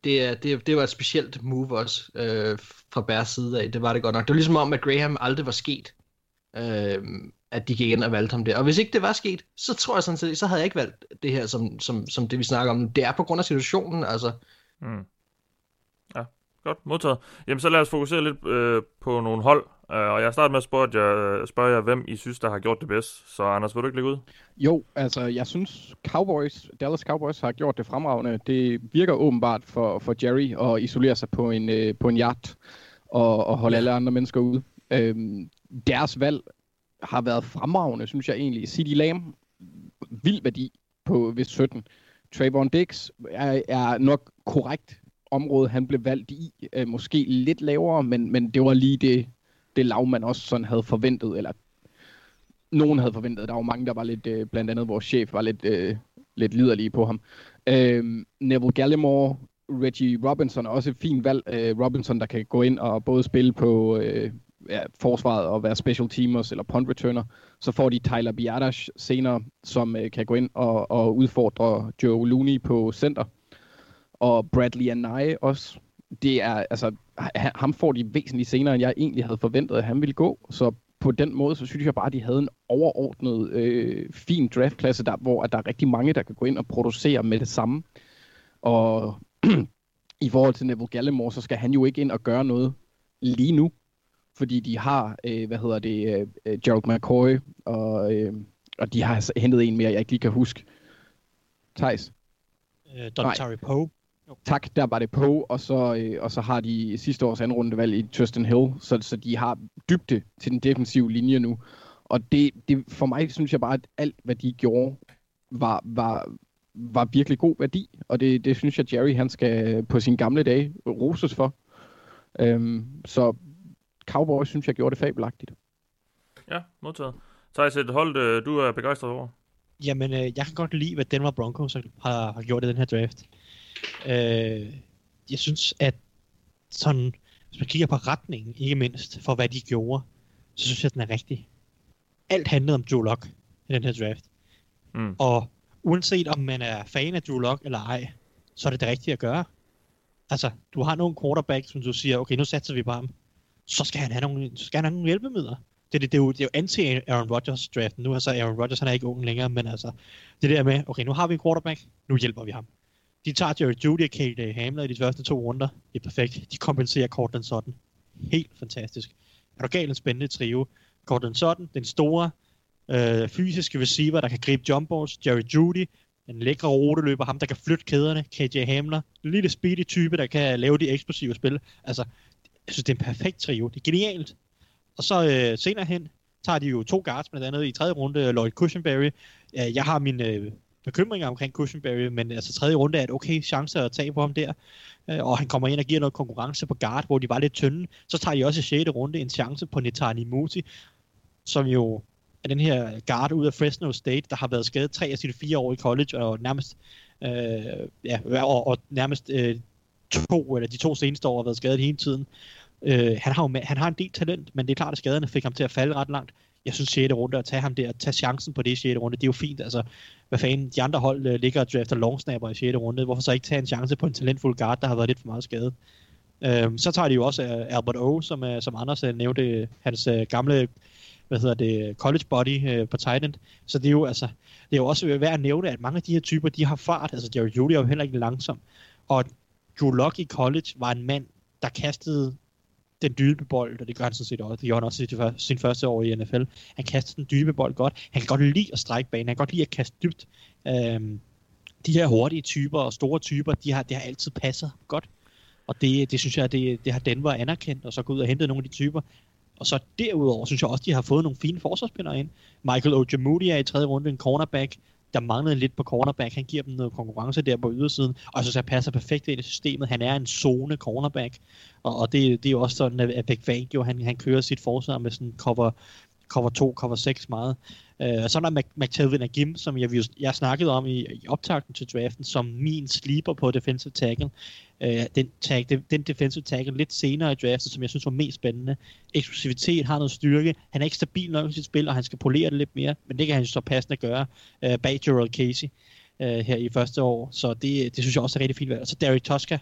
det var et specielt move også fra Bears side af. Det var det godt nok. Det var ligesom om, at Graham aldrig var sket, at de gik ind og valgte ham der. Og hvis ikke det var sket, så tror jeg sådan set, så havde jeg ikke valgt det her som det, vi snakker om. Det er på grund af situationen, altså. Ja, godt modtaget. Jamen, så lad os fokusere lidt på nogle hold. Og jeg starter med at spørge jer, hvem I synes, der har gjort det bedst. Så Anders, vil du ikke lægge ud? Jo, altså jeg synes Dallas Cowboys har gjort det fremragende. Det virker åbenbart for Jerry at isolere sig på en yacht og holde alle andre mennesker ude. Deres valg har været fremragende, synes jeg egentlig. CeeDee Lamb, vild værdi ved 17. Trayvon Diggs er nok korrekt område, han blev valgt i. Måske lidt lavere, men det var lige det lav, man også sådan havde forventet, eller nogen havde forventet. Der var mange, der var lidt, blandt andet vores chef, var lidt liderlige på ham. Neville Gallimore, Reggie Robinson er også et fint valg. Robinson, der kan gå ind og både spille på forsvaret og være special teamers eller punt returner. Så får de Tyler Biadasz senere, som kan gå ind og udfordre Joe Looney på center. Og Bradley Anae også. Det er, altså, ham får de væsentligt senere, end jeg egentlig havde forventet, at han ville gå. Så på den måde, så synes jeg bare, at de havde en overordnet fin draftklasse, hvor der er rigtig mange, der kan gå ind og producere med det samme. Og i forhold til Neville Gallimore, så skal han jo ikke ind og gøre noget lige nu. Fordi de har, Gerald McCoy, og de har hentet en mere, jeg ikke lige kan huske. Theis? Dontari Poe. Tak, der var det Poe, og så har de sidste års anden rundevalg i Tristan Hill, så de har dybde til den defensive linje nu. Og det for mig synes jeg bare, at alt hvad de gjorde var virkelig god værdi, og det synes jeg Jerry han skal på sine gamle dage roses for. Så Cowboys synes jeg gjorde det fabelagtigt. Ja, modtaget. Theis, et hold, du er begejstret over? Jamen, jeg kan godt lide, hvad Denver Broncos har gjort i den her draft. Jeg synes, at sådan, hvis man kigger på retningen, ikke mindst for hvad de gjorde, så synes jeg, at den er rigtig. Alt handlede om Drew Lock i den her draft. Og uanset om man er fan af Drew Lock eller ej, så er det rigtige at gøre. Altså, du har nogle quarterbacks, som du siger, okay, nu satser vi på ham. Så skal han have nogle hjælpemidler. Det er jo anti-Aaron Rodgers draften. Nu er så Aaron Rodgers, han er ikke ung længere, men altså, det der med, okay, nu har vi en quarterback, nu hjælper vi ham. De tager Jerry Jeudy og KJ Hamler i de første 2 runder. Det er perfekt. De kompenserer Courtland Sutton. Helt fantastisk. Er du galt en spændende trio? Courtland Sutton, den store fysiske receiver, der kan gribe jump balls. Jerry Jeudy, den lækre ruteløber, ham der kan flytte kæderne. KJ Hamler, en lille speedy type, der kan lave de eksplosive spil. Altså, jeg synes, det er en perfekt trio. Det er genialt. Og så senere hen tager de jo 2 guards, blandt andet i 3. runde, Lloyd Cushenberry. Jeg har mine bekymringer omkring Cushenberry, men altså 3. runde er et okay chance at tage på ham der. Og han kommer ind og giver noget konkurrence på guard, hvor de var lidt tynde. Så tager de også i 6. runde en chance på Netani Muti, som jo er den her guard ud af Fresno State, der har været skadet 3 af sine 4 år i college, og nærmest nærmest 2 eller de 2 seneste år har været skadet hele tiden. Han har en del talent, men det er klart, at skaderne fik ham til at falde ret langt. Jeg synes 6. runde at tage ham der, at tage chancen på det i 6. runde, det er jo fint. Altså, hvad fanden, de andre hold ligger og drafter longsnapper i 6. runde. Hvorfor så ikke tage en chance på en talentfuld guard, der har været lidt for meget skadet? Så tager de jo også Albert O, som Anders nævnte, hans gamle college body på tight end. Så det er jo altså, det er jo også værd at nævne, at mange af de her typer, de har fart. Altså Jerry Jeudy er jo heller ikke langsom. Og Drew Lock i college var en mand, der kastede den dybe bold, og det gør han sådan set også. Det gjorde han også i sin første år i NFL. Han kaster den dybe bold godt. Han kan godt lide at strække banen. Han kan godt lide at kaste dybt. De her hurtige typer og store typer, det har altid passet godt. Og det synes jeg, det har Denver anerkendt, og så gå ud og hente nogle af de typer. Og så derudover synes jeg også, de har fået nogle fine forsvarsspillere ind. Michael Ojemudia er i 3. runde, en cornerback, der manglede lidt på cornerback. Han giver dem noget konkurrence der på ydersiden, og jeg synes, han passer perfekt ind i systemet. Han er en zone cornerback, og det er jo også sådan, at Vic Fangio, han kører sit forsvar med sådan cover 2, cover 6 meget. Og så er der McTelvin Agim, som jeg snakkede om i optakten til draften, som min sleeper på defensive tackle. Den defensive tackle lidt senere i draften, som jeg synes var mest spændende. Eksplosivitet, har noget styrke. Han er ikke stabil nok i sit spil, og han skal polere det lidt mere, men det kan han jo så passende gøre bag Gerald Casey her i første år. Så det synes jeg også er rigtig fint valg. Og så Derek Tosca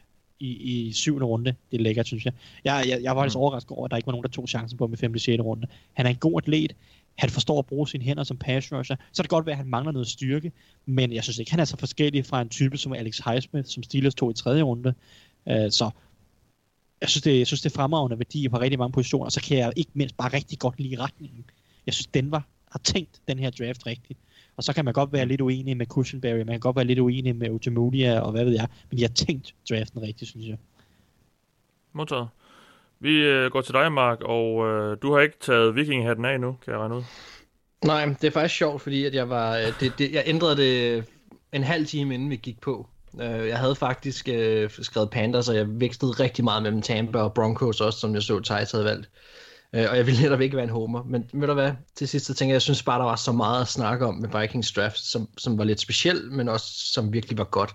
i 7. runde. Det er lækkert, synes jeg. Jeg var faktisk overrasket over, at der ikke var nogen, der tog chancen på med 5. og 6. runde. Han er en god atlet. Han forstår at bruge sine hænder som pass rusher. Så er det godt være, at han mangler noget styrke, men jeg synes ikke, han er så forskellig fra en type som Alex Highsmith, som Steelers tog i 3. runde. Så jeg synes, det er fremragende værdi på rigtig mange positioner, og så kan jeg ikke mindst bare rigtig godt lide retningen. Jeg synes, Denver har tænkt den her draft rigtigt. Og så kan man godt være lidt uenig med Cushenberry, man kan godt være lidt uenig med Ojemudia og hvad ved jeg, men de har tænkt draften rigtigt, synes jeg. Modtaget. Vi går til dig, Mark, og du har ikke taget vikinghatten af nu, kan jeg regne ud? Nej, det er faktisk sjovt, fordi at jeg ændrede det en halv time, inden vi gik på. Jeg havde faktisk skrevet Panthers, og jeg vækstede rigtig meget mellem Tampa og Broncos også, som jeg så Thijs havde valgt. Og jeg ville netop ikke være en homer. Men ved du hvad, til sidst så tænker jeg synes bare, der var så meget at snakke om med Vikings draft, som var lidt speciel, men også som virkelig var godt.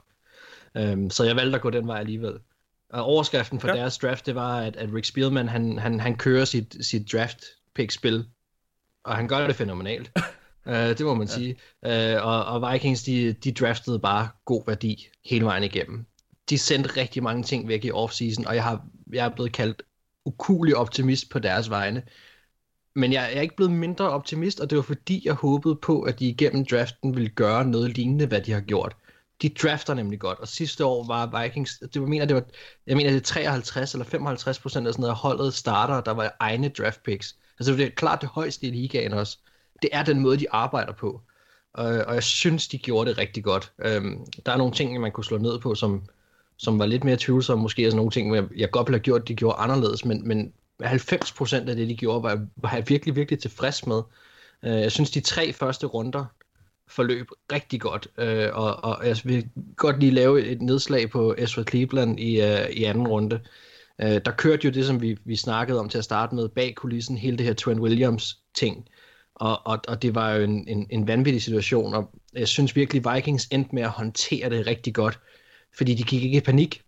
Så jeg valgte at gå den vej alligevel. Og overskriften for deres draft, det var, at Rick Spielman, han kører sit draft pick-spil, og han gør det fænomenalt. Det må man sige. Og Vikings, de draftede bare god værdi hele vejen igennem. De sendte rigtig mange ting væk i offseason, og jeg er blevet kaldt ukuelig optimist på deres vegne. Men jeg er ikke blevet mindre optimist, og det var fordi, jeg håbede på, at de igennem draften ville gøre noget lignende, hvad de har gjort. De drafter nemlig godt, og sidste år var Vikings, jeg mener det er 53 eller 55% af sådan noget holdet starter, der var egne draft picks. Altså det er klart det højeste i ligaen også. Det er den måde, de arbejder på. Og jeg synes, de gjorde det rigtig godt. Der er nogle ting, man kunne slå ned på, som var lidt mere tvivlsomme. Måske altså nogle ting, jeg godt ville have gjort, de gjorde anderledes. Men 90% af det, de gjorde, var jeg virkelig, virkelig tilfreds med. Jeg synes, de 3 første runder forløb rigtig godt. Og jeg vil godt lige lave et nedslag på Ezra Cleveland i anden runde. Der kørte jo det, som vi snakkede om til at starte med, bag kulissen, hele det her Trent Williams ting. Og det var jo en vanvittig situation, og jeg synes virkelig, Vikings endte med at håndtere det rigtig godt, fordi de gik ikke i panik,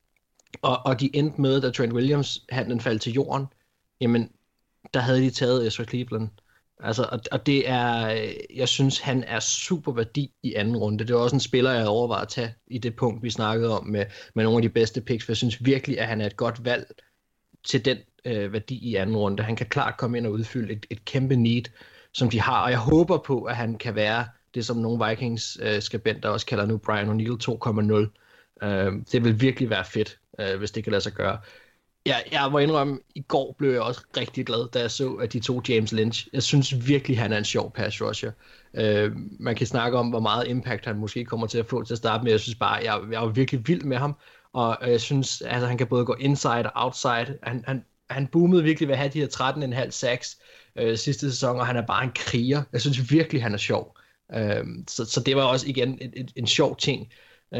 og de endte med, da Trent Williams handlen faldt til jorden, jamen, der havde de taget Ezra Cleveland. Altså, og det er, jeg synes, han er super værdi i anden runde. Det var også en spiller, jeg overvejede at tage i det punkt, vi snakkede om med nogle af de bedste picks, for jeg synes virkelig, at han er et godt valg til den værdi i anden runde. Han kan klart komme ind og udfylde et kæmpe need, som de har, og jeg håber på, at han kan være det, som nogle Vikings-skribenter også kalder nu Brian O'Neill 2.0. Det vil virkelig være fedt, hvis det kan lade sig gøre. Jeg må indrømme, i går blev jeg også rigtig glad, da jeg så, at de tog James Lynch. Jeg synes virkelig, han er en sjov pass rusher. Man kan snakke om, hvor meget impact han måske kommer til at få til at starte med. Jeg synes bare, jeg er virkelig vild med ham, og jeg synes, altså, han kan både gå inside og outside. Han boomede virkelig ved at have de her 13,5 sacks sidste sæson, og han er bare en kriger. Jeg synes virkelig, han er sjov. Så det var også igen en sjov ting,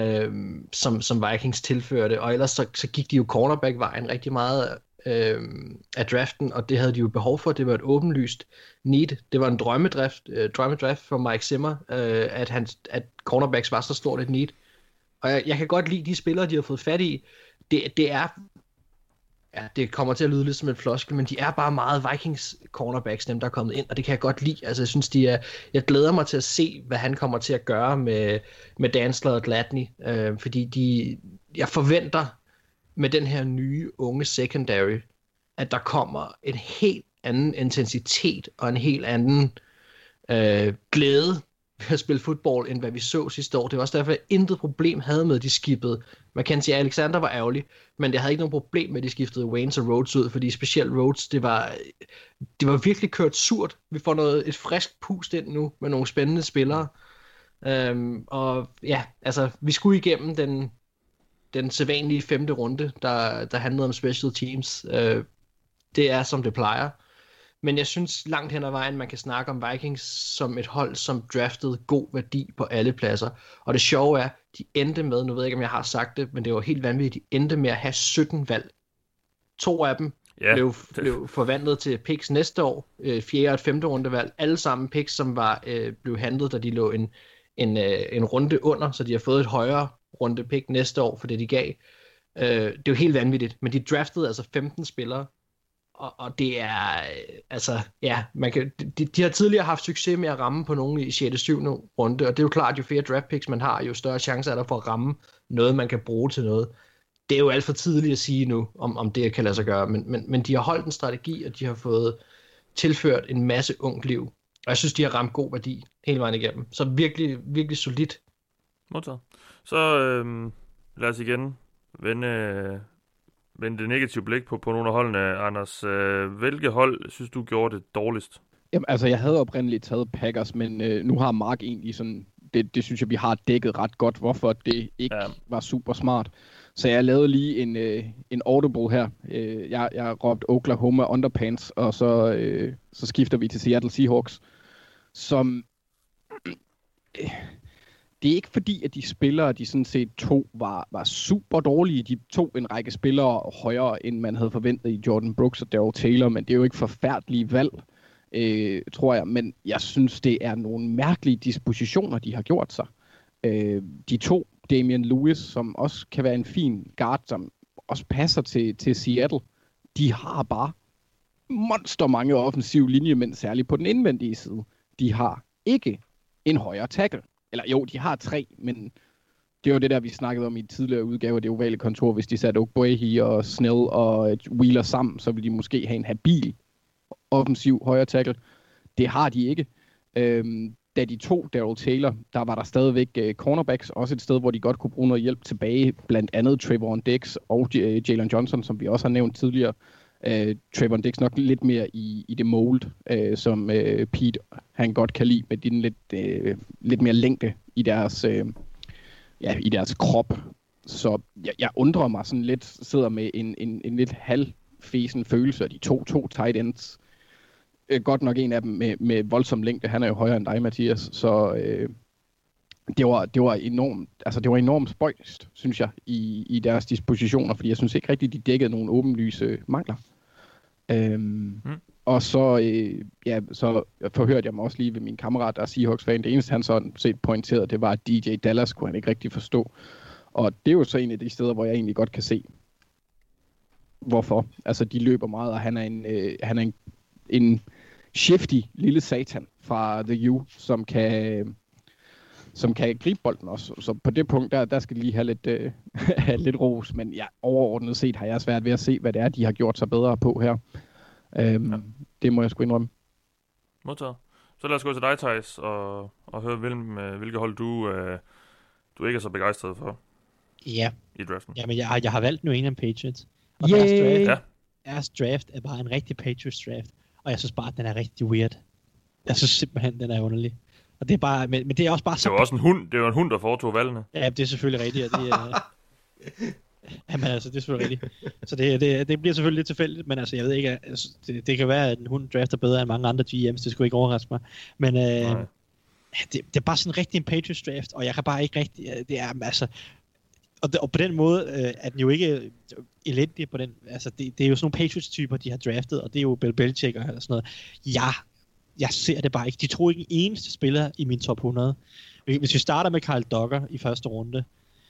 som Vikings tilførte, og ellers så gik de jo cornerback-vejen rigtig meget af draften, og det havde de jo behov for. Det var et åbenlyst need. Det var en drømmedraft for Mike Zimmer, at cornerbacks var så stort et need. Og jeg kan godt lide de spillere, de har fået fat i. Det er, ja, det kommer til at lyde lidt som et floskel, men de er bare meget Vikings cornerbacks, dem der er kommet ind, og det kan jeg godt lide. Altså jeg synes, jeg glæder mig til at se, hvad han kommer til at gøre med Dantzler og Gladney, fordi jeg forventer med den her nye unge secondary, at der kommer en helt anden intensitet og en helt anden glæde ved at spille fodbold, end hvad vi så sidste år. Det var også derfor, jeg intet problem havde med, at de skippede. Man kan sige, at Alexander var ærgerlig, men jeg havde ikke nogen problem med, at de skiftede Waynes og Rhodes ud, fordi specielt Rhodes, det var virkelig kørt surt. Vi får et frisk pust ind nu, med nogle spændende spillere. Og ja, altså, vi skulle igennem den sædvanlige 5. runde, der handlede om special teams. Det er, som det plejer. Men jeg synes langt hen ad vejen, man kan snakke om Vikings som et hold, som draftede god værdi på alle pladser. Og det sjove er, de endte med, nu ved jeg ikke, om jeg har sagt det, men det var helt vanvittigt, de endte med at have 17 valg. 2 af dem blev forvandlet til picks næste år, 4. og 5. rundevalg. Alle sammen picks, som blev handlet, da de lå en runde under, så de har fået et højere runde pick næste år for det, de gav. Det er jo helt vanvittigt, men de draftede altså 15 spillere. Og det er, altså, ja, de har tidligere haft succes med at ramme på nogen i 6. og 7. runde, og det er jo klart, jo flere draft picks man har, jo større chancer er der for at ramme noget, man kan bruge til noget. det er jo alt for tidligt at sige nu, om det kan lade sig gøre, men de har holdt en strategi, og de har fået tilført en masse ungt liv. Og jeg synes, de har ramt god værdi hele vejen igennem. Så virkelig, virkelig solidt. Modtaget. Så lad os igen vende det negative blik på nogle af holdene. Anders, hvilke hold synes du gjorde det dårligst? Jamen, altså, jeg havde oprindeligt taget Packers, men nu har Mark egentlig sådan... Det synes jeg, vi har dækket ret godt, hvorfor det ikke var super smart. Så jeg lavede lige en audible her. Jeg råbte Oklahoma Underpants, og så skifter vi til Seattle Seahawks. Som... Det er ikke fordi, at de spillere, de sådan set var super dårlige. De tog en række spillere højere, end man havde forventet i Jordan Brooks og Darrell Taylor, men det er jo ikke forfærdelige valg, tror jeg. Men jeg synes, det er nogle mærkelige dispositioner, de har gjort sig. De to, Damian Lewis, som også kan være en fin guard, som også passer til Seattle, de har bare monster mange offensive linjemænd, særligt på den indvendige side. De har ikke en højere tackle. Eller jo, de har 3, men det var det der, vi snakkede om i tidligere udgave af det ovale kontor. Hvis de satte Ogbuehi og Snell og Wheeler sammen, så ville de måske have en habil offensiv højre tackle. Det har de ikke. Da de tog Darrell Taylor, der var der stadigvæk cornerbacks, også et sted, hvor de godt kunne bruge noget hjælp tilbage, blandt andet Trayvon Diggs og Jalen Johnson, som vi også har nævnt tidligere. Trayvon Diggs nok lidt mere i det mold, som Pete han godt kan lide, med den lidt mere længde i deres i deres krop. Så jeg undrer mig sådan lidt, sidder med en lidt halvfesen følelse af de to tight ends. Godt nok en af dem med voldsom længde. Han er jo højere end dig, Mathias, så det var enormt spøjst, synes jeg, i deres dispositioner, fordi jeg synes ikke rigtigt, de dækkede nogle åbenlyse mangler. Og så forhørte jeg mig også lige ved min kammerat, der er Seahawks-fan. Det eneste, han sådan set pointerede, det var, at DJ Dallas kunne han ikke rigtig forstå. Og det er jo så en af de steder, hvor jeg egentlig godt kan se, hvorfor. Altså, de løber meget, og han er en shifty lille satan fra The U, som kan gribe bolden også. Så på det punkt, der skal de lige have lidt ros. Men ja, overordnet set har jeg svært ved at se, hvad det er, de har gjort sig bedre på her. Det må jeg sgu indrømme. Modtaget. Så lad os gå til dig, Theis, og høre, hvilke hold du ikke er så begejstret for i draften. Jamen, jeg har valgt New England Patriots. Og deres draft er bare en rigtig Patriots draft. Og jeg synes bare, at den er rigtig weird. Jeg synes simpelthen, den er underlig. Og det er bare, men det er også bare så... Det var også en hund, det var en hund, der foretog valgene. Ja, det er selvfølgelig rigtigt. Og det er... Jamen altså, det er selvfølgelig rigtigt. Så det bliver selvfølgelig lidt tilfældigt, men altså, jeg ved ikke, altså, det kan være, at en hund drafter bedre end mange andre GM's, det skulle ikke overraske mig. Men det er bare sådan rigtig en Patriots draft, og jeg kan bare ikke rigtig, det er altså... Og på den måde er den jo ikke elendig på den, altså det er jo sådan nogle Patriots-typer, de har draftet, og det er jo Bill Belichick og sådan noget. Jeg ser det bare ikke. De tror ikke en eneste spiller i min top 100. Hvis vi starter med Kyle Duggar i første runde,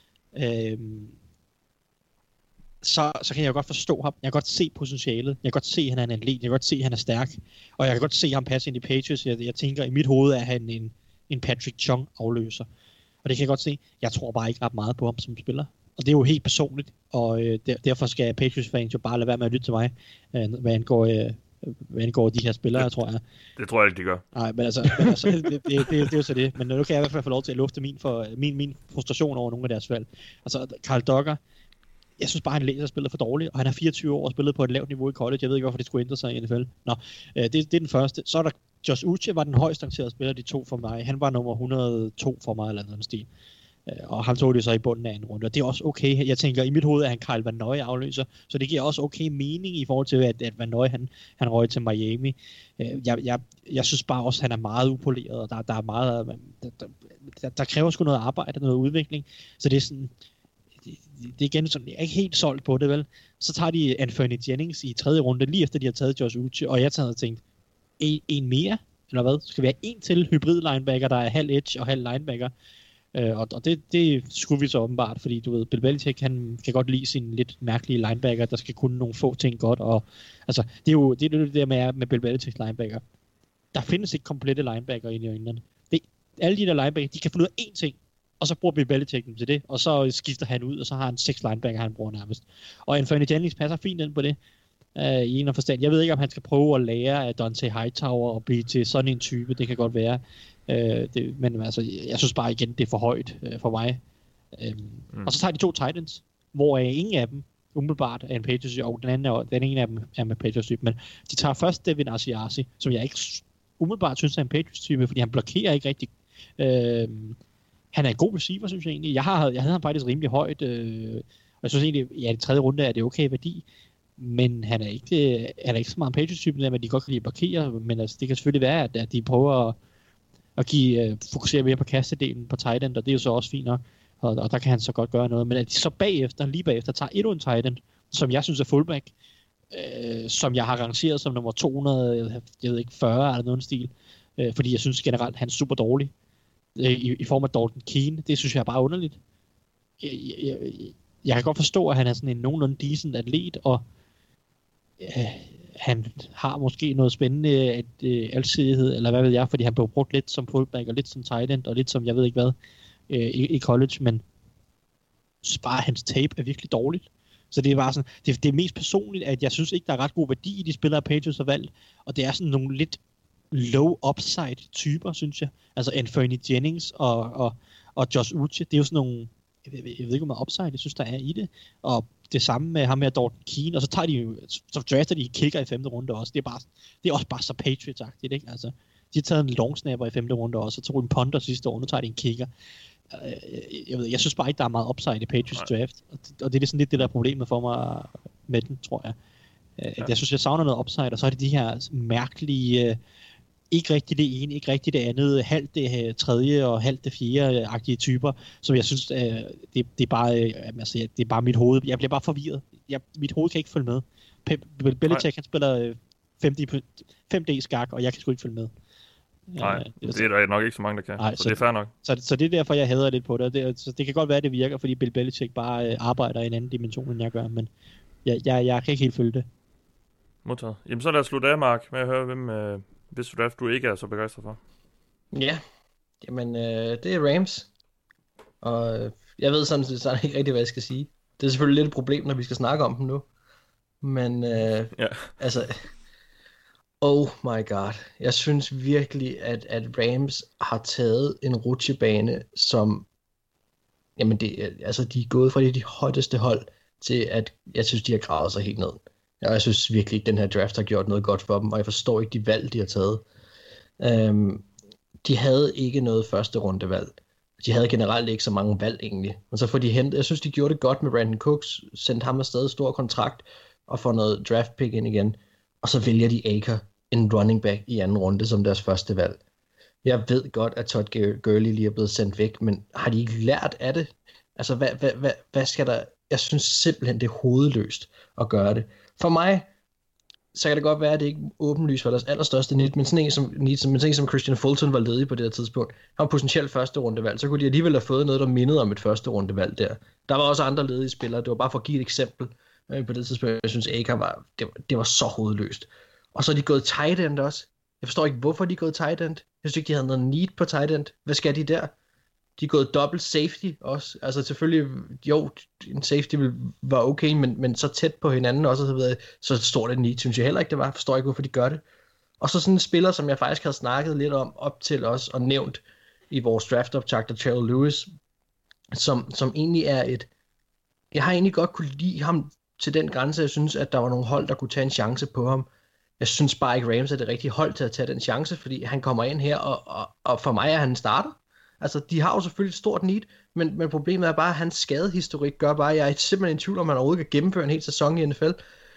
så kan jeg godt forstå ham. Jeg kan godt se potentialet. Jeg kan godt se, at han er en atlet. Jeg kan godt se, at han er stærk. Og jeg kan godt se ham passe ind i Patriots. Jeg tænker, i mit hoved er han en Patrick Chung afløser. Og det kan jeg godt se. Jeg tror bare ikke ret meget på ham som spiller. Og det er jo helt personligt. Og derfor skal Patriots-fans jo bare lade være med at lytte til mig, hvad angår de her spillere, tror jeg. Det tror jeg ikke, de gør. Nej, men altså det er jo så det. Men nu kan jeg i hvert fald få lov til at lufte min frustration over nogle af deres valg. Altså, Kyle Duggar, jeg synes bare, han læser spillet for dårligt, og han er 24 år og spillet på et lavt niveau i college. Jeg ved ikke, hvorfor det skulle ændre sig i NFL. Nå, det er den første. Så er der Josh Uche, var den højst rangerede spiller, de to for mig. Han var nummer 102 for mig, eller noget stil. Og han tog det så i bunden af en runde, og det er også okay. Jeg tænker, i mit hoved er han Kyle Van Noy afløser, så det giver også okay mening i forhold til, at Van Noy, han røg til Miami. Jeg synes bare også, at han er meget upoleret, og der er meget, der kræver sgu noget arbejde, noget udvikling, så det er sådan, det er igen sådan, jeg er ikke helt solgt på det, vel. Så tager de Anthony Jennings i tredje runde, lige efter de har taget Josh Uche, og jeg havde tænkt, en mere, eller hvad? Skal vi have en til hybrid linebacker, der er halv edge og halv linebacker? Og det skulle vi så åbenbart, fordi du ved, Bill Belichick, han kan godt lide sin lidt mærkelige linebacker, der skal kunne nogle få ting godt, og altså, det er jo det der med Bill Belichicks linebacker. Der findes ikke komplette linebacker i New England. Alle de der linebacker, de kan finde ud af én ting, og så bruger Bill Belichick dem til det, og så skifter han ud, og så har han 6 linebacker, han bruger nærmest. Og Anthony Jennings passer fint ind på det, i en af forstand. Jeg ved ikke, om han skal prøve at lære af Dante Hightower og blive til sådan en type, det kan godt være. Men altså, jeg synes bare igen, det er for højt for mig. Og så tager de 2 Titans, hvor ingen af dem umiddelbart er en Patriots, og den ene af dem er med Patriots-type, men de tager først Devin Asiasi, som jeg ikke umiddelbart synes er en Patriots-type, fordi han blokerer ikke rigtig. Han er en god receiver, synes jeg egentlig. Jeg havde ham faktisk rimelig højt, og jeg synes egentlig, ja, i 3. runde er det okay værdi, men han er ikke så meget en Patriots-type, men de godt kan lide at blokere, men altså, det kan selvfølgelig være, at de prøver at fokusere mere på kastedelen på tight end, og det er jo så også fint nok. Og der kan han så godt gøre noget. Men at de så lige bagefter, tager endnu en tight end, som jeg synes er fullback, som jeg har rangeret som nummer 200, jeg ved ikke, 40 eller noget stil, fordi jeg synes generelt, han er super dårlig i form af Dalton Keene. Det synes jeg er bare underligt. Jeg kan godt forstå, at han er sådan en nogenlunde decent atlet, og han har måske noget spændende alsidighed, eller hvad ved jeg, fordi han blev brugt lidt som fullback, og lidt som tight end, og lidt som jeg ved ikke hvad, i college, men bare hans tape er virkelig dårligt. Så det er bare sådan, det er mest personligt, at jeg synes ikke, der er ret god værdi i de spillere, Patriots har valgt, og det er sådan nogle lidt low upside typer, synes jeg. Altså Anthony Jennings og Josh Uche, det er jo sådan nogle, jeg ved ikke, hvor meget upside jeg synes, der er i det, og det samme med ham med Dalton Keene, og så drafter de kicker i 5. runde også. Det er også bare så Patriots-agtigt, ikke? Altså, de har taget en long snapper i 5. runde også, så tog de en punter sidste år, nu tager de en kicker. Jeg synes bare ikke, der er meget upside i Patriots draft, og det er sådan lidt det der problemet for mig med den, tror jeg. Jeg synes, jeg savner noget upside, og så er det de her mærkelige, ikke rigtig det ene, ikke rigtig det andet, halvt det tredje og halvt det fjerde-agtige typer, som jeg synes, det er bare mit hoved. Jeg bliver bare forvirret. Mit hoved kan ikke følge med. Belichick, han spiller 5D skak, og jeg kan sgu ikke følge med. Nej, det er der nok ikke så mange, der kan. Nej, så det er fair nok. Så det er derfor, jeg hader lidt på det. Så det kan godt være, at det virker, fordi Bill Belichick bare arbejder i en anden dimension, end jeg gør, men jeg kan ikke helt følge det. Modtaget. Jamen så lad os slutte af, Mark, med at høre, hvem hvis du ikke er så begejstret for. Ja, jamen det er Rams. Og jeg ved sådan ikke rigtig, hvad jeg skal sige. Det er selvfølgelig lidt et problem, når vi skal snakke om dem nu. Men altså, oh my god. Jeg synes virkelig, at Rams har taget en rutsjebane, som, jamen de er gået fra de højeste hold til, at jeg synes, de har gravet sig helt ned. Og jeg synes virkelig, at den her draft har gjort noget godt for dem, og jeg forstår ikke de valg, de har taget. De havde ikke noget første rundevalg. De havde generelt ikke så mange valg egentlig. Men så får de hentet, jeg synes, de gjorde det godt med Brandon Cooks, sendte ham afsted stor kontrakt, og får noget draft pick ind igen. Og så vælger de Aker, en running back i 2. runde, som deres første valg. Jeg ved godt, at Todd Gurley lige er blevet sendt væk, men har de ikke lært af det? Altså, hvad skal der? Jeg synes simpelthen, det er hovedløst at gøre det. For mig, så kan det godt være, at det ikke er åbenlyst for deres allerstørste need, men sådan en som Christian Fulton var ledig på det her tidspunkt. Han var potentielt første rundevalg, så kunne de alligevel have fået noget, der mindede om et første rundevalg der. Der var også andre ledige spillere, det var bare for at give et eksempel på det tidspunkt. Jeg synes, Aker det var så hovedløst. Og så er de gået tight end også. Jeg forstår ikke, hvorfor de er gået tight end. Jeg synes ikke, de havde noget need på tight end. Hvad skal de der? De er gået double safety også. Altså selvfølgelig, jo, en safety var okay, men så tæt på hinanden også, så stort et need, synes jeg heller ikke, det var. Jeg forstår ikke, hvorfor de gør det. Og så sådan en spiller, som jeg faktisk havde snakket lidt om op til os, og nævnt i vores draft-optakt, Terrell Lewis, som egentlig er jeg har egentlig godt kunne lide ham til den grænse, jeg synes, at der var nogle hold, der kunne tage en chance på ham. Jeg synes bare ikke, Rams er det rigtige hold til at tage den chance, fordi han kommer ind her, og for mig er han en starter. Altså, de har jo selvfølgelig et stort need, men problemet er bare, at hans skadehistorik gør bare, at jeg er simpelthen i tvivl om, man overhovedet kan gennemføre en hel sæson i NFL.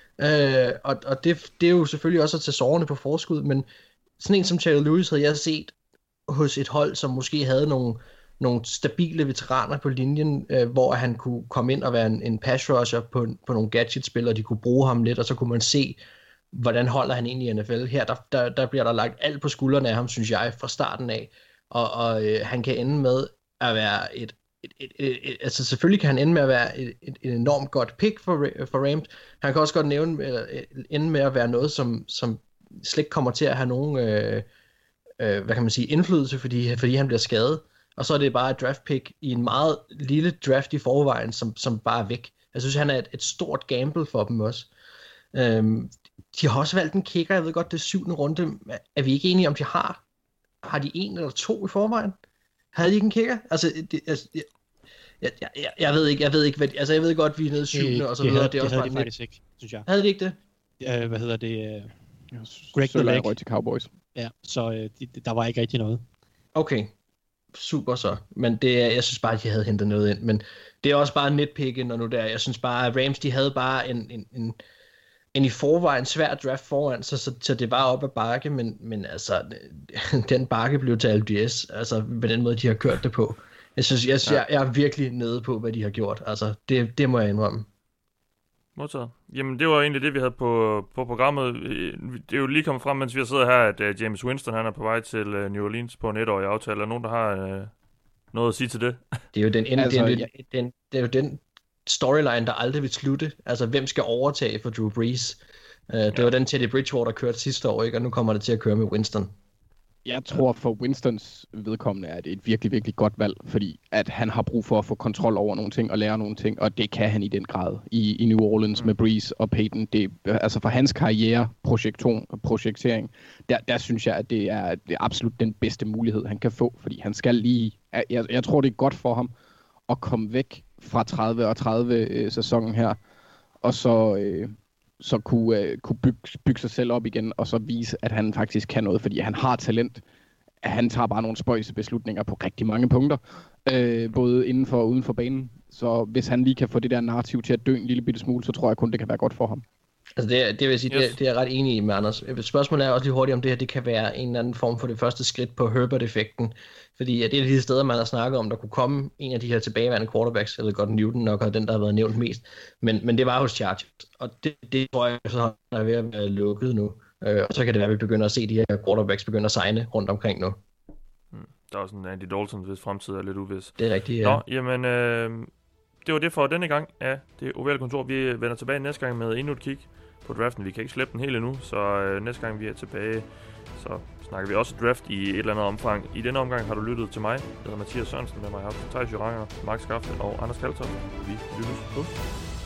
Og det er jo selvfølgelig også at tage sårene på forskud, men sådan en som Terrell Lewis havde jeg set hos et hold, som måske havde nogle stabile veteraner på linjen, hvor han kunne komme ind og være en pass rusher på nogle gadget-spil, og de kunne bruge ham lidt, og så kunne man se, hvordan holder han egentlig i NFL. Her, der bliver der lagt alt på skuldrene af ham, synes jeg, fra starten af. Og han kan ende med at være altså selvfølgelig kan han ende med at være et enormt godt pick for Rams. Han kan også godt ende med at være noget, som slet ikke kommer til at have nogen, hvad kan man sige, indflydelse, fordi han bliver skadet. og så er det bare et draft pick i en meget lille draft i forvejen, som bare er væk. Jeg synes, han er et stort gamble for dem også. De har også valgt en kicker, jeg ved godt, det er 7. runde. Er vi ikke enige om, de har de 1 eller 2 i forvejen? Havde de ikke en kicker? Altså, jeg ved ikke, hvad altså jeg ved godt, vi er nede i 7. og så videre. Det også havde de faktisk ikke, synes jeg. Havde de ikke det? Hvad hedder det? Greg Sørleik røg til Cowboys. Ja, så der var ikke rigtig noget. Okay, super så. Men jeg synes bare, at de havde hentet noget ind. Men det er også bare nitpicken, og nu der. Jeg synes bare, at Rams, de havde bare en i forvejen svær draft foran, så det var op ad bakke, men altså, den bakke blev til LDS, altså med den måde, de har kørt det på. Jeg synes, jeg er virkelig nede på, hvad de har gjort. Altså, det må jeg indrømme. Modtaget. Jamen, det var egentlig det, vi havde på programmet. Det er jo lige kommet frem, mens vi har siddet her, at James Winston, han er på vej til New Orleans på en 1-årig aftale. Er der nogen, der har noget at sige til det? Det er jo det er jo den storyline, der aldrig vil slutte. Altså, hvem skal overtage for Drew Brees? Det var den Teddy Bridgewater kørte sidste år, ikke? Og nu kommer det til at køre med Winston. Jeg tror for Winstons vedkommende er det et virkelig, virkelig godt valg, fordi at han har brug for at få kontrol over nogle ting og lære nogle ting, og det kan han i den grad i New Orleans med Brees og Peyton. Altså for hans karriereprojektering, der synes jeg, at det er absolut den bedste mulighed, han kan få, fordi han skal lige... Jeg tror, det er godt for ham at komme væk fra 30 sæsonen her, og så kunne bygge sig selv op igen, og så vise, at han faktisk kan noget, fordi han har talent. Han tager bare nogle spøjse beslutninger på rigtig mange punkter, både inden for og uden for banen. Så hvis han lige kan få det der narrativ til at dø en lille bitte smule, så tror jeg kun, det kan være godt for ham. Altså det vil sige, det er jeg ret enig i med Anders. Spørgsmålet er også lige hurtigt, om det her det kan være en eller anden form for det første skridt på Herbert-effekten. Fordi det er de steder, man har snakket om, der kunne komme en af de her tilbageværende quarterbacks, eller godt Newton nok, og den, der har været nævnt mest. Men det var hos Chargers, og det tror jeg, så er ved at være lukket nu. Og så kan det være, at vi begynder at se de her quarterbacks begynde at signe rundt omkring nu. Der er også en Andy Dalton, hvis fremtid er lidt uvis. Det er rigtigt, ja. Nå, jamen, det var det for denne gang af det ovale kontor. Vi vender tilbage næste gang med endnu et kig på draften. Vi kan ikke slippe den helt endnu, så næste gang vi er tilbage, så snakker vi også draft i et eller andet omfang. I denne omgang har du lyttet til mig. Jeg hedder Mathias Sørensen, med mig har haft Thijs Joranger, Max Skaften og Anders Kaltoft. Vi lyttes på.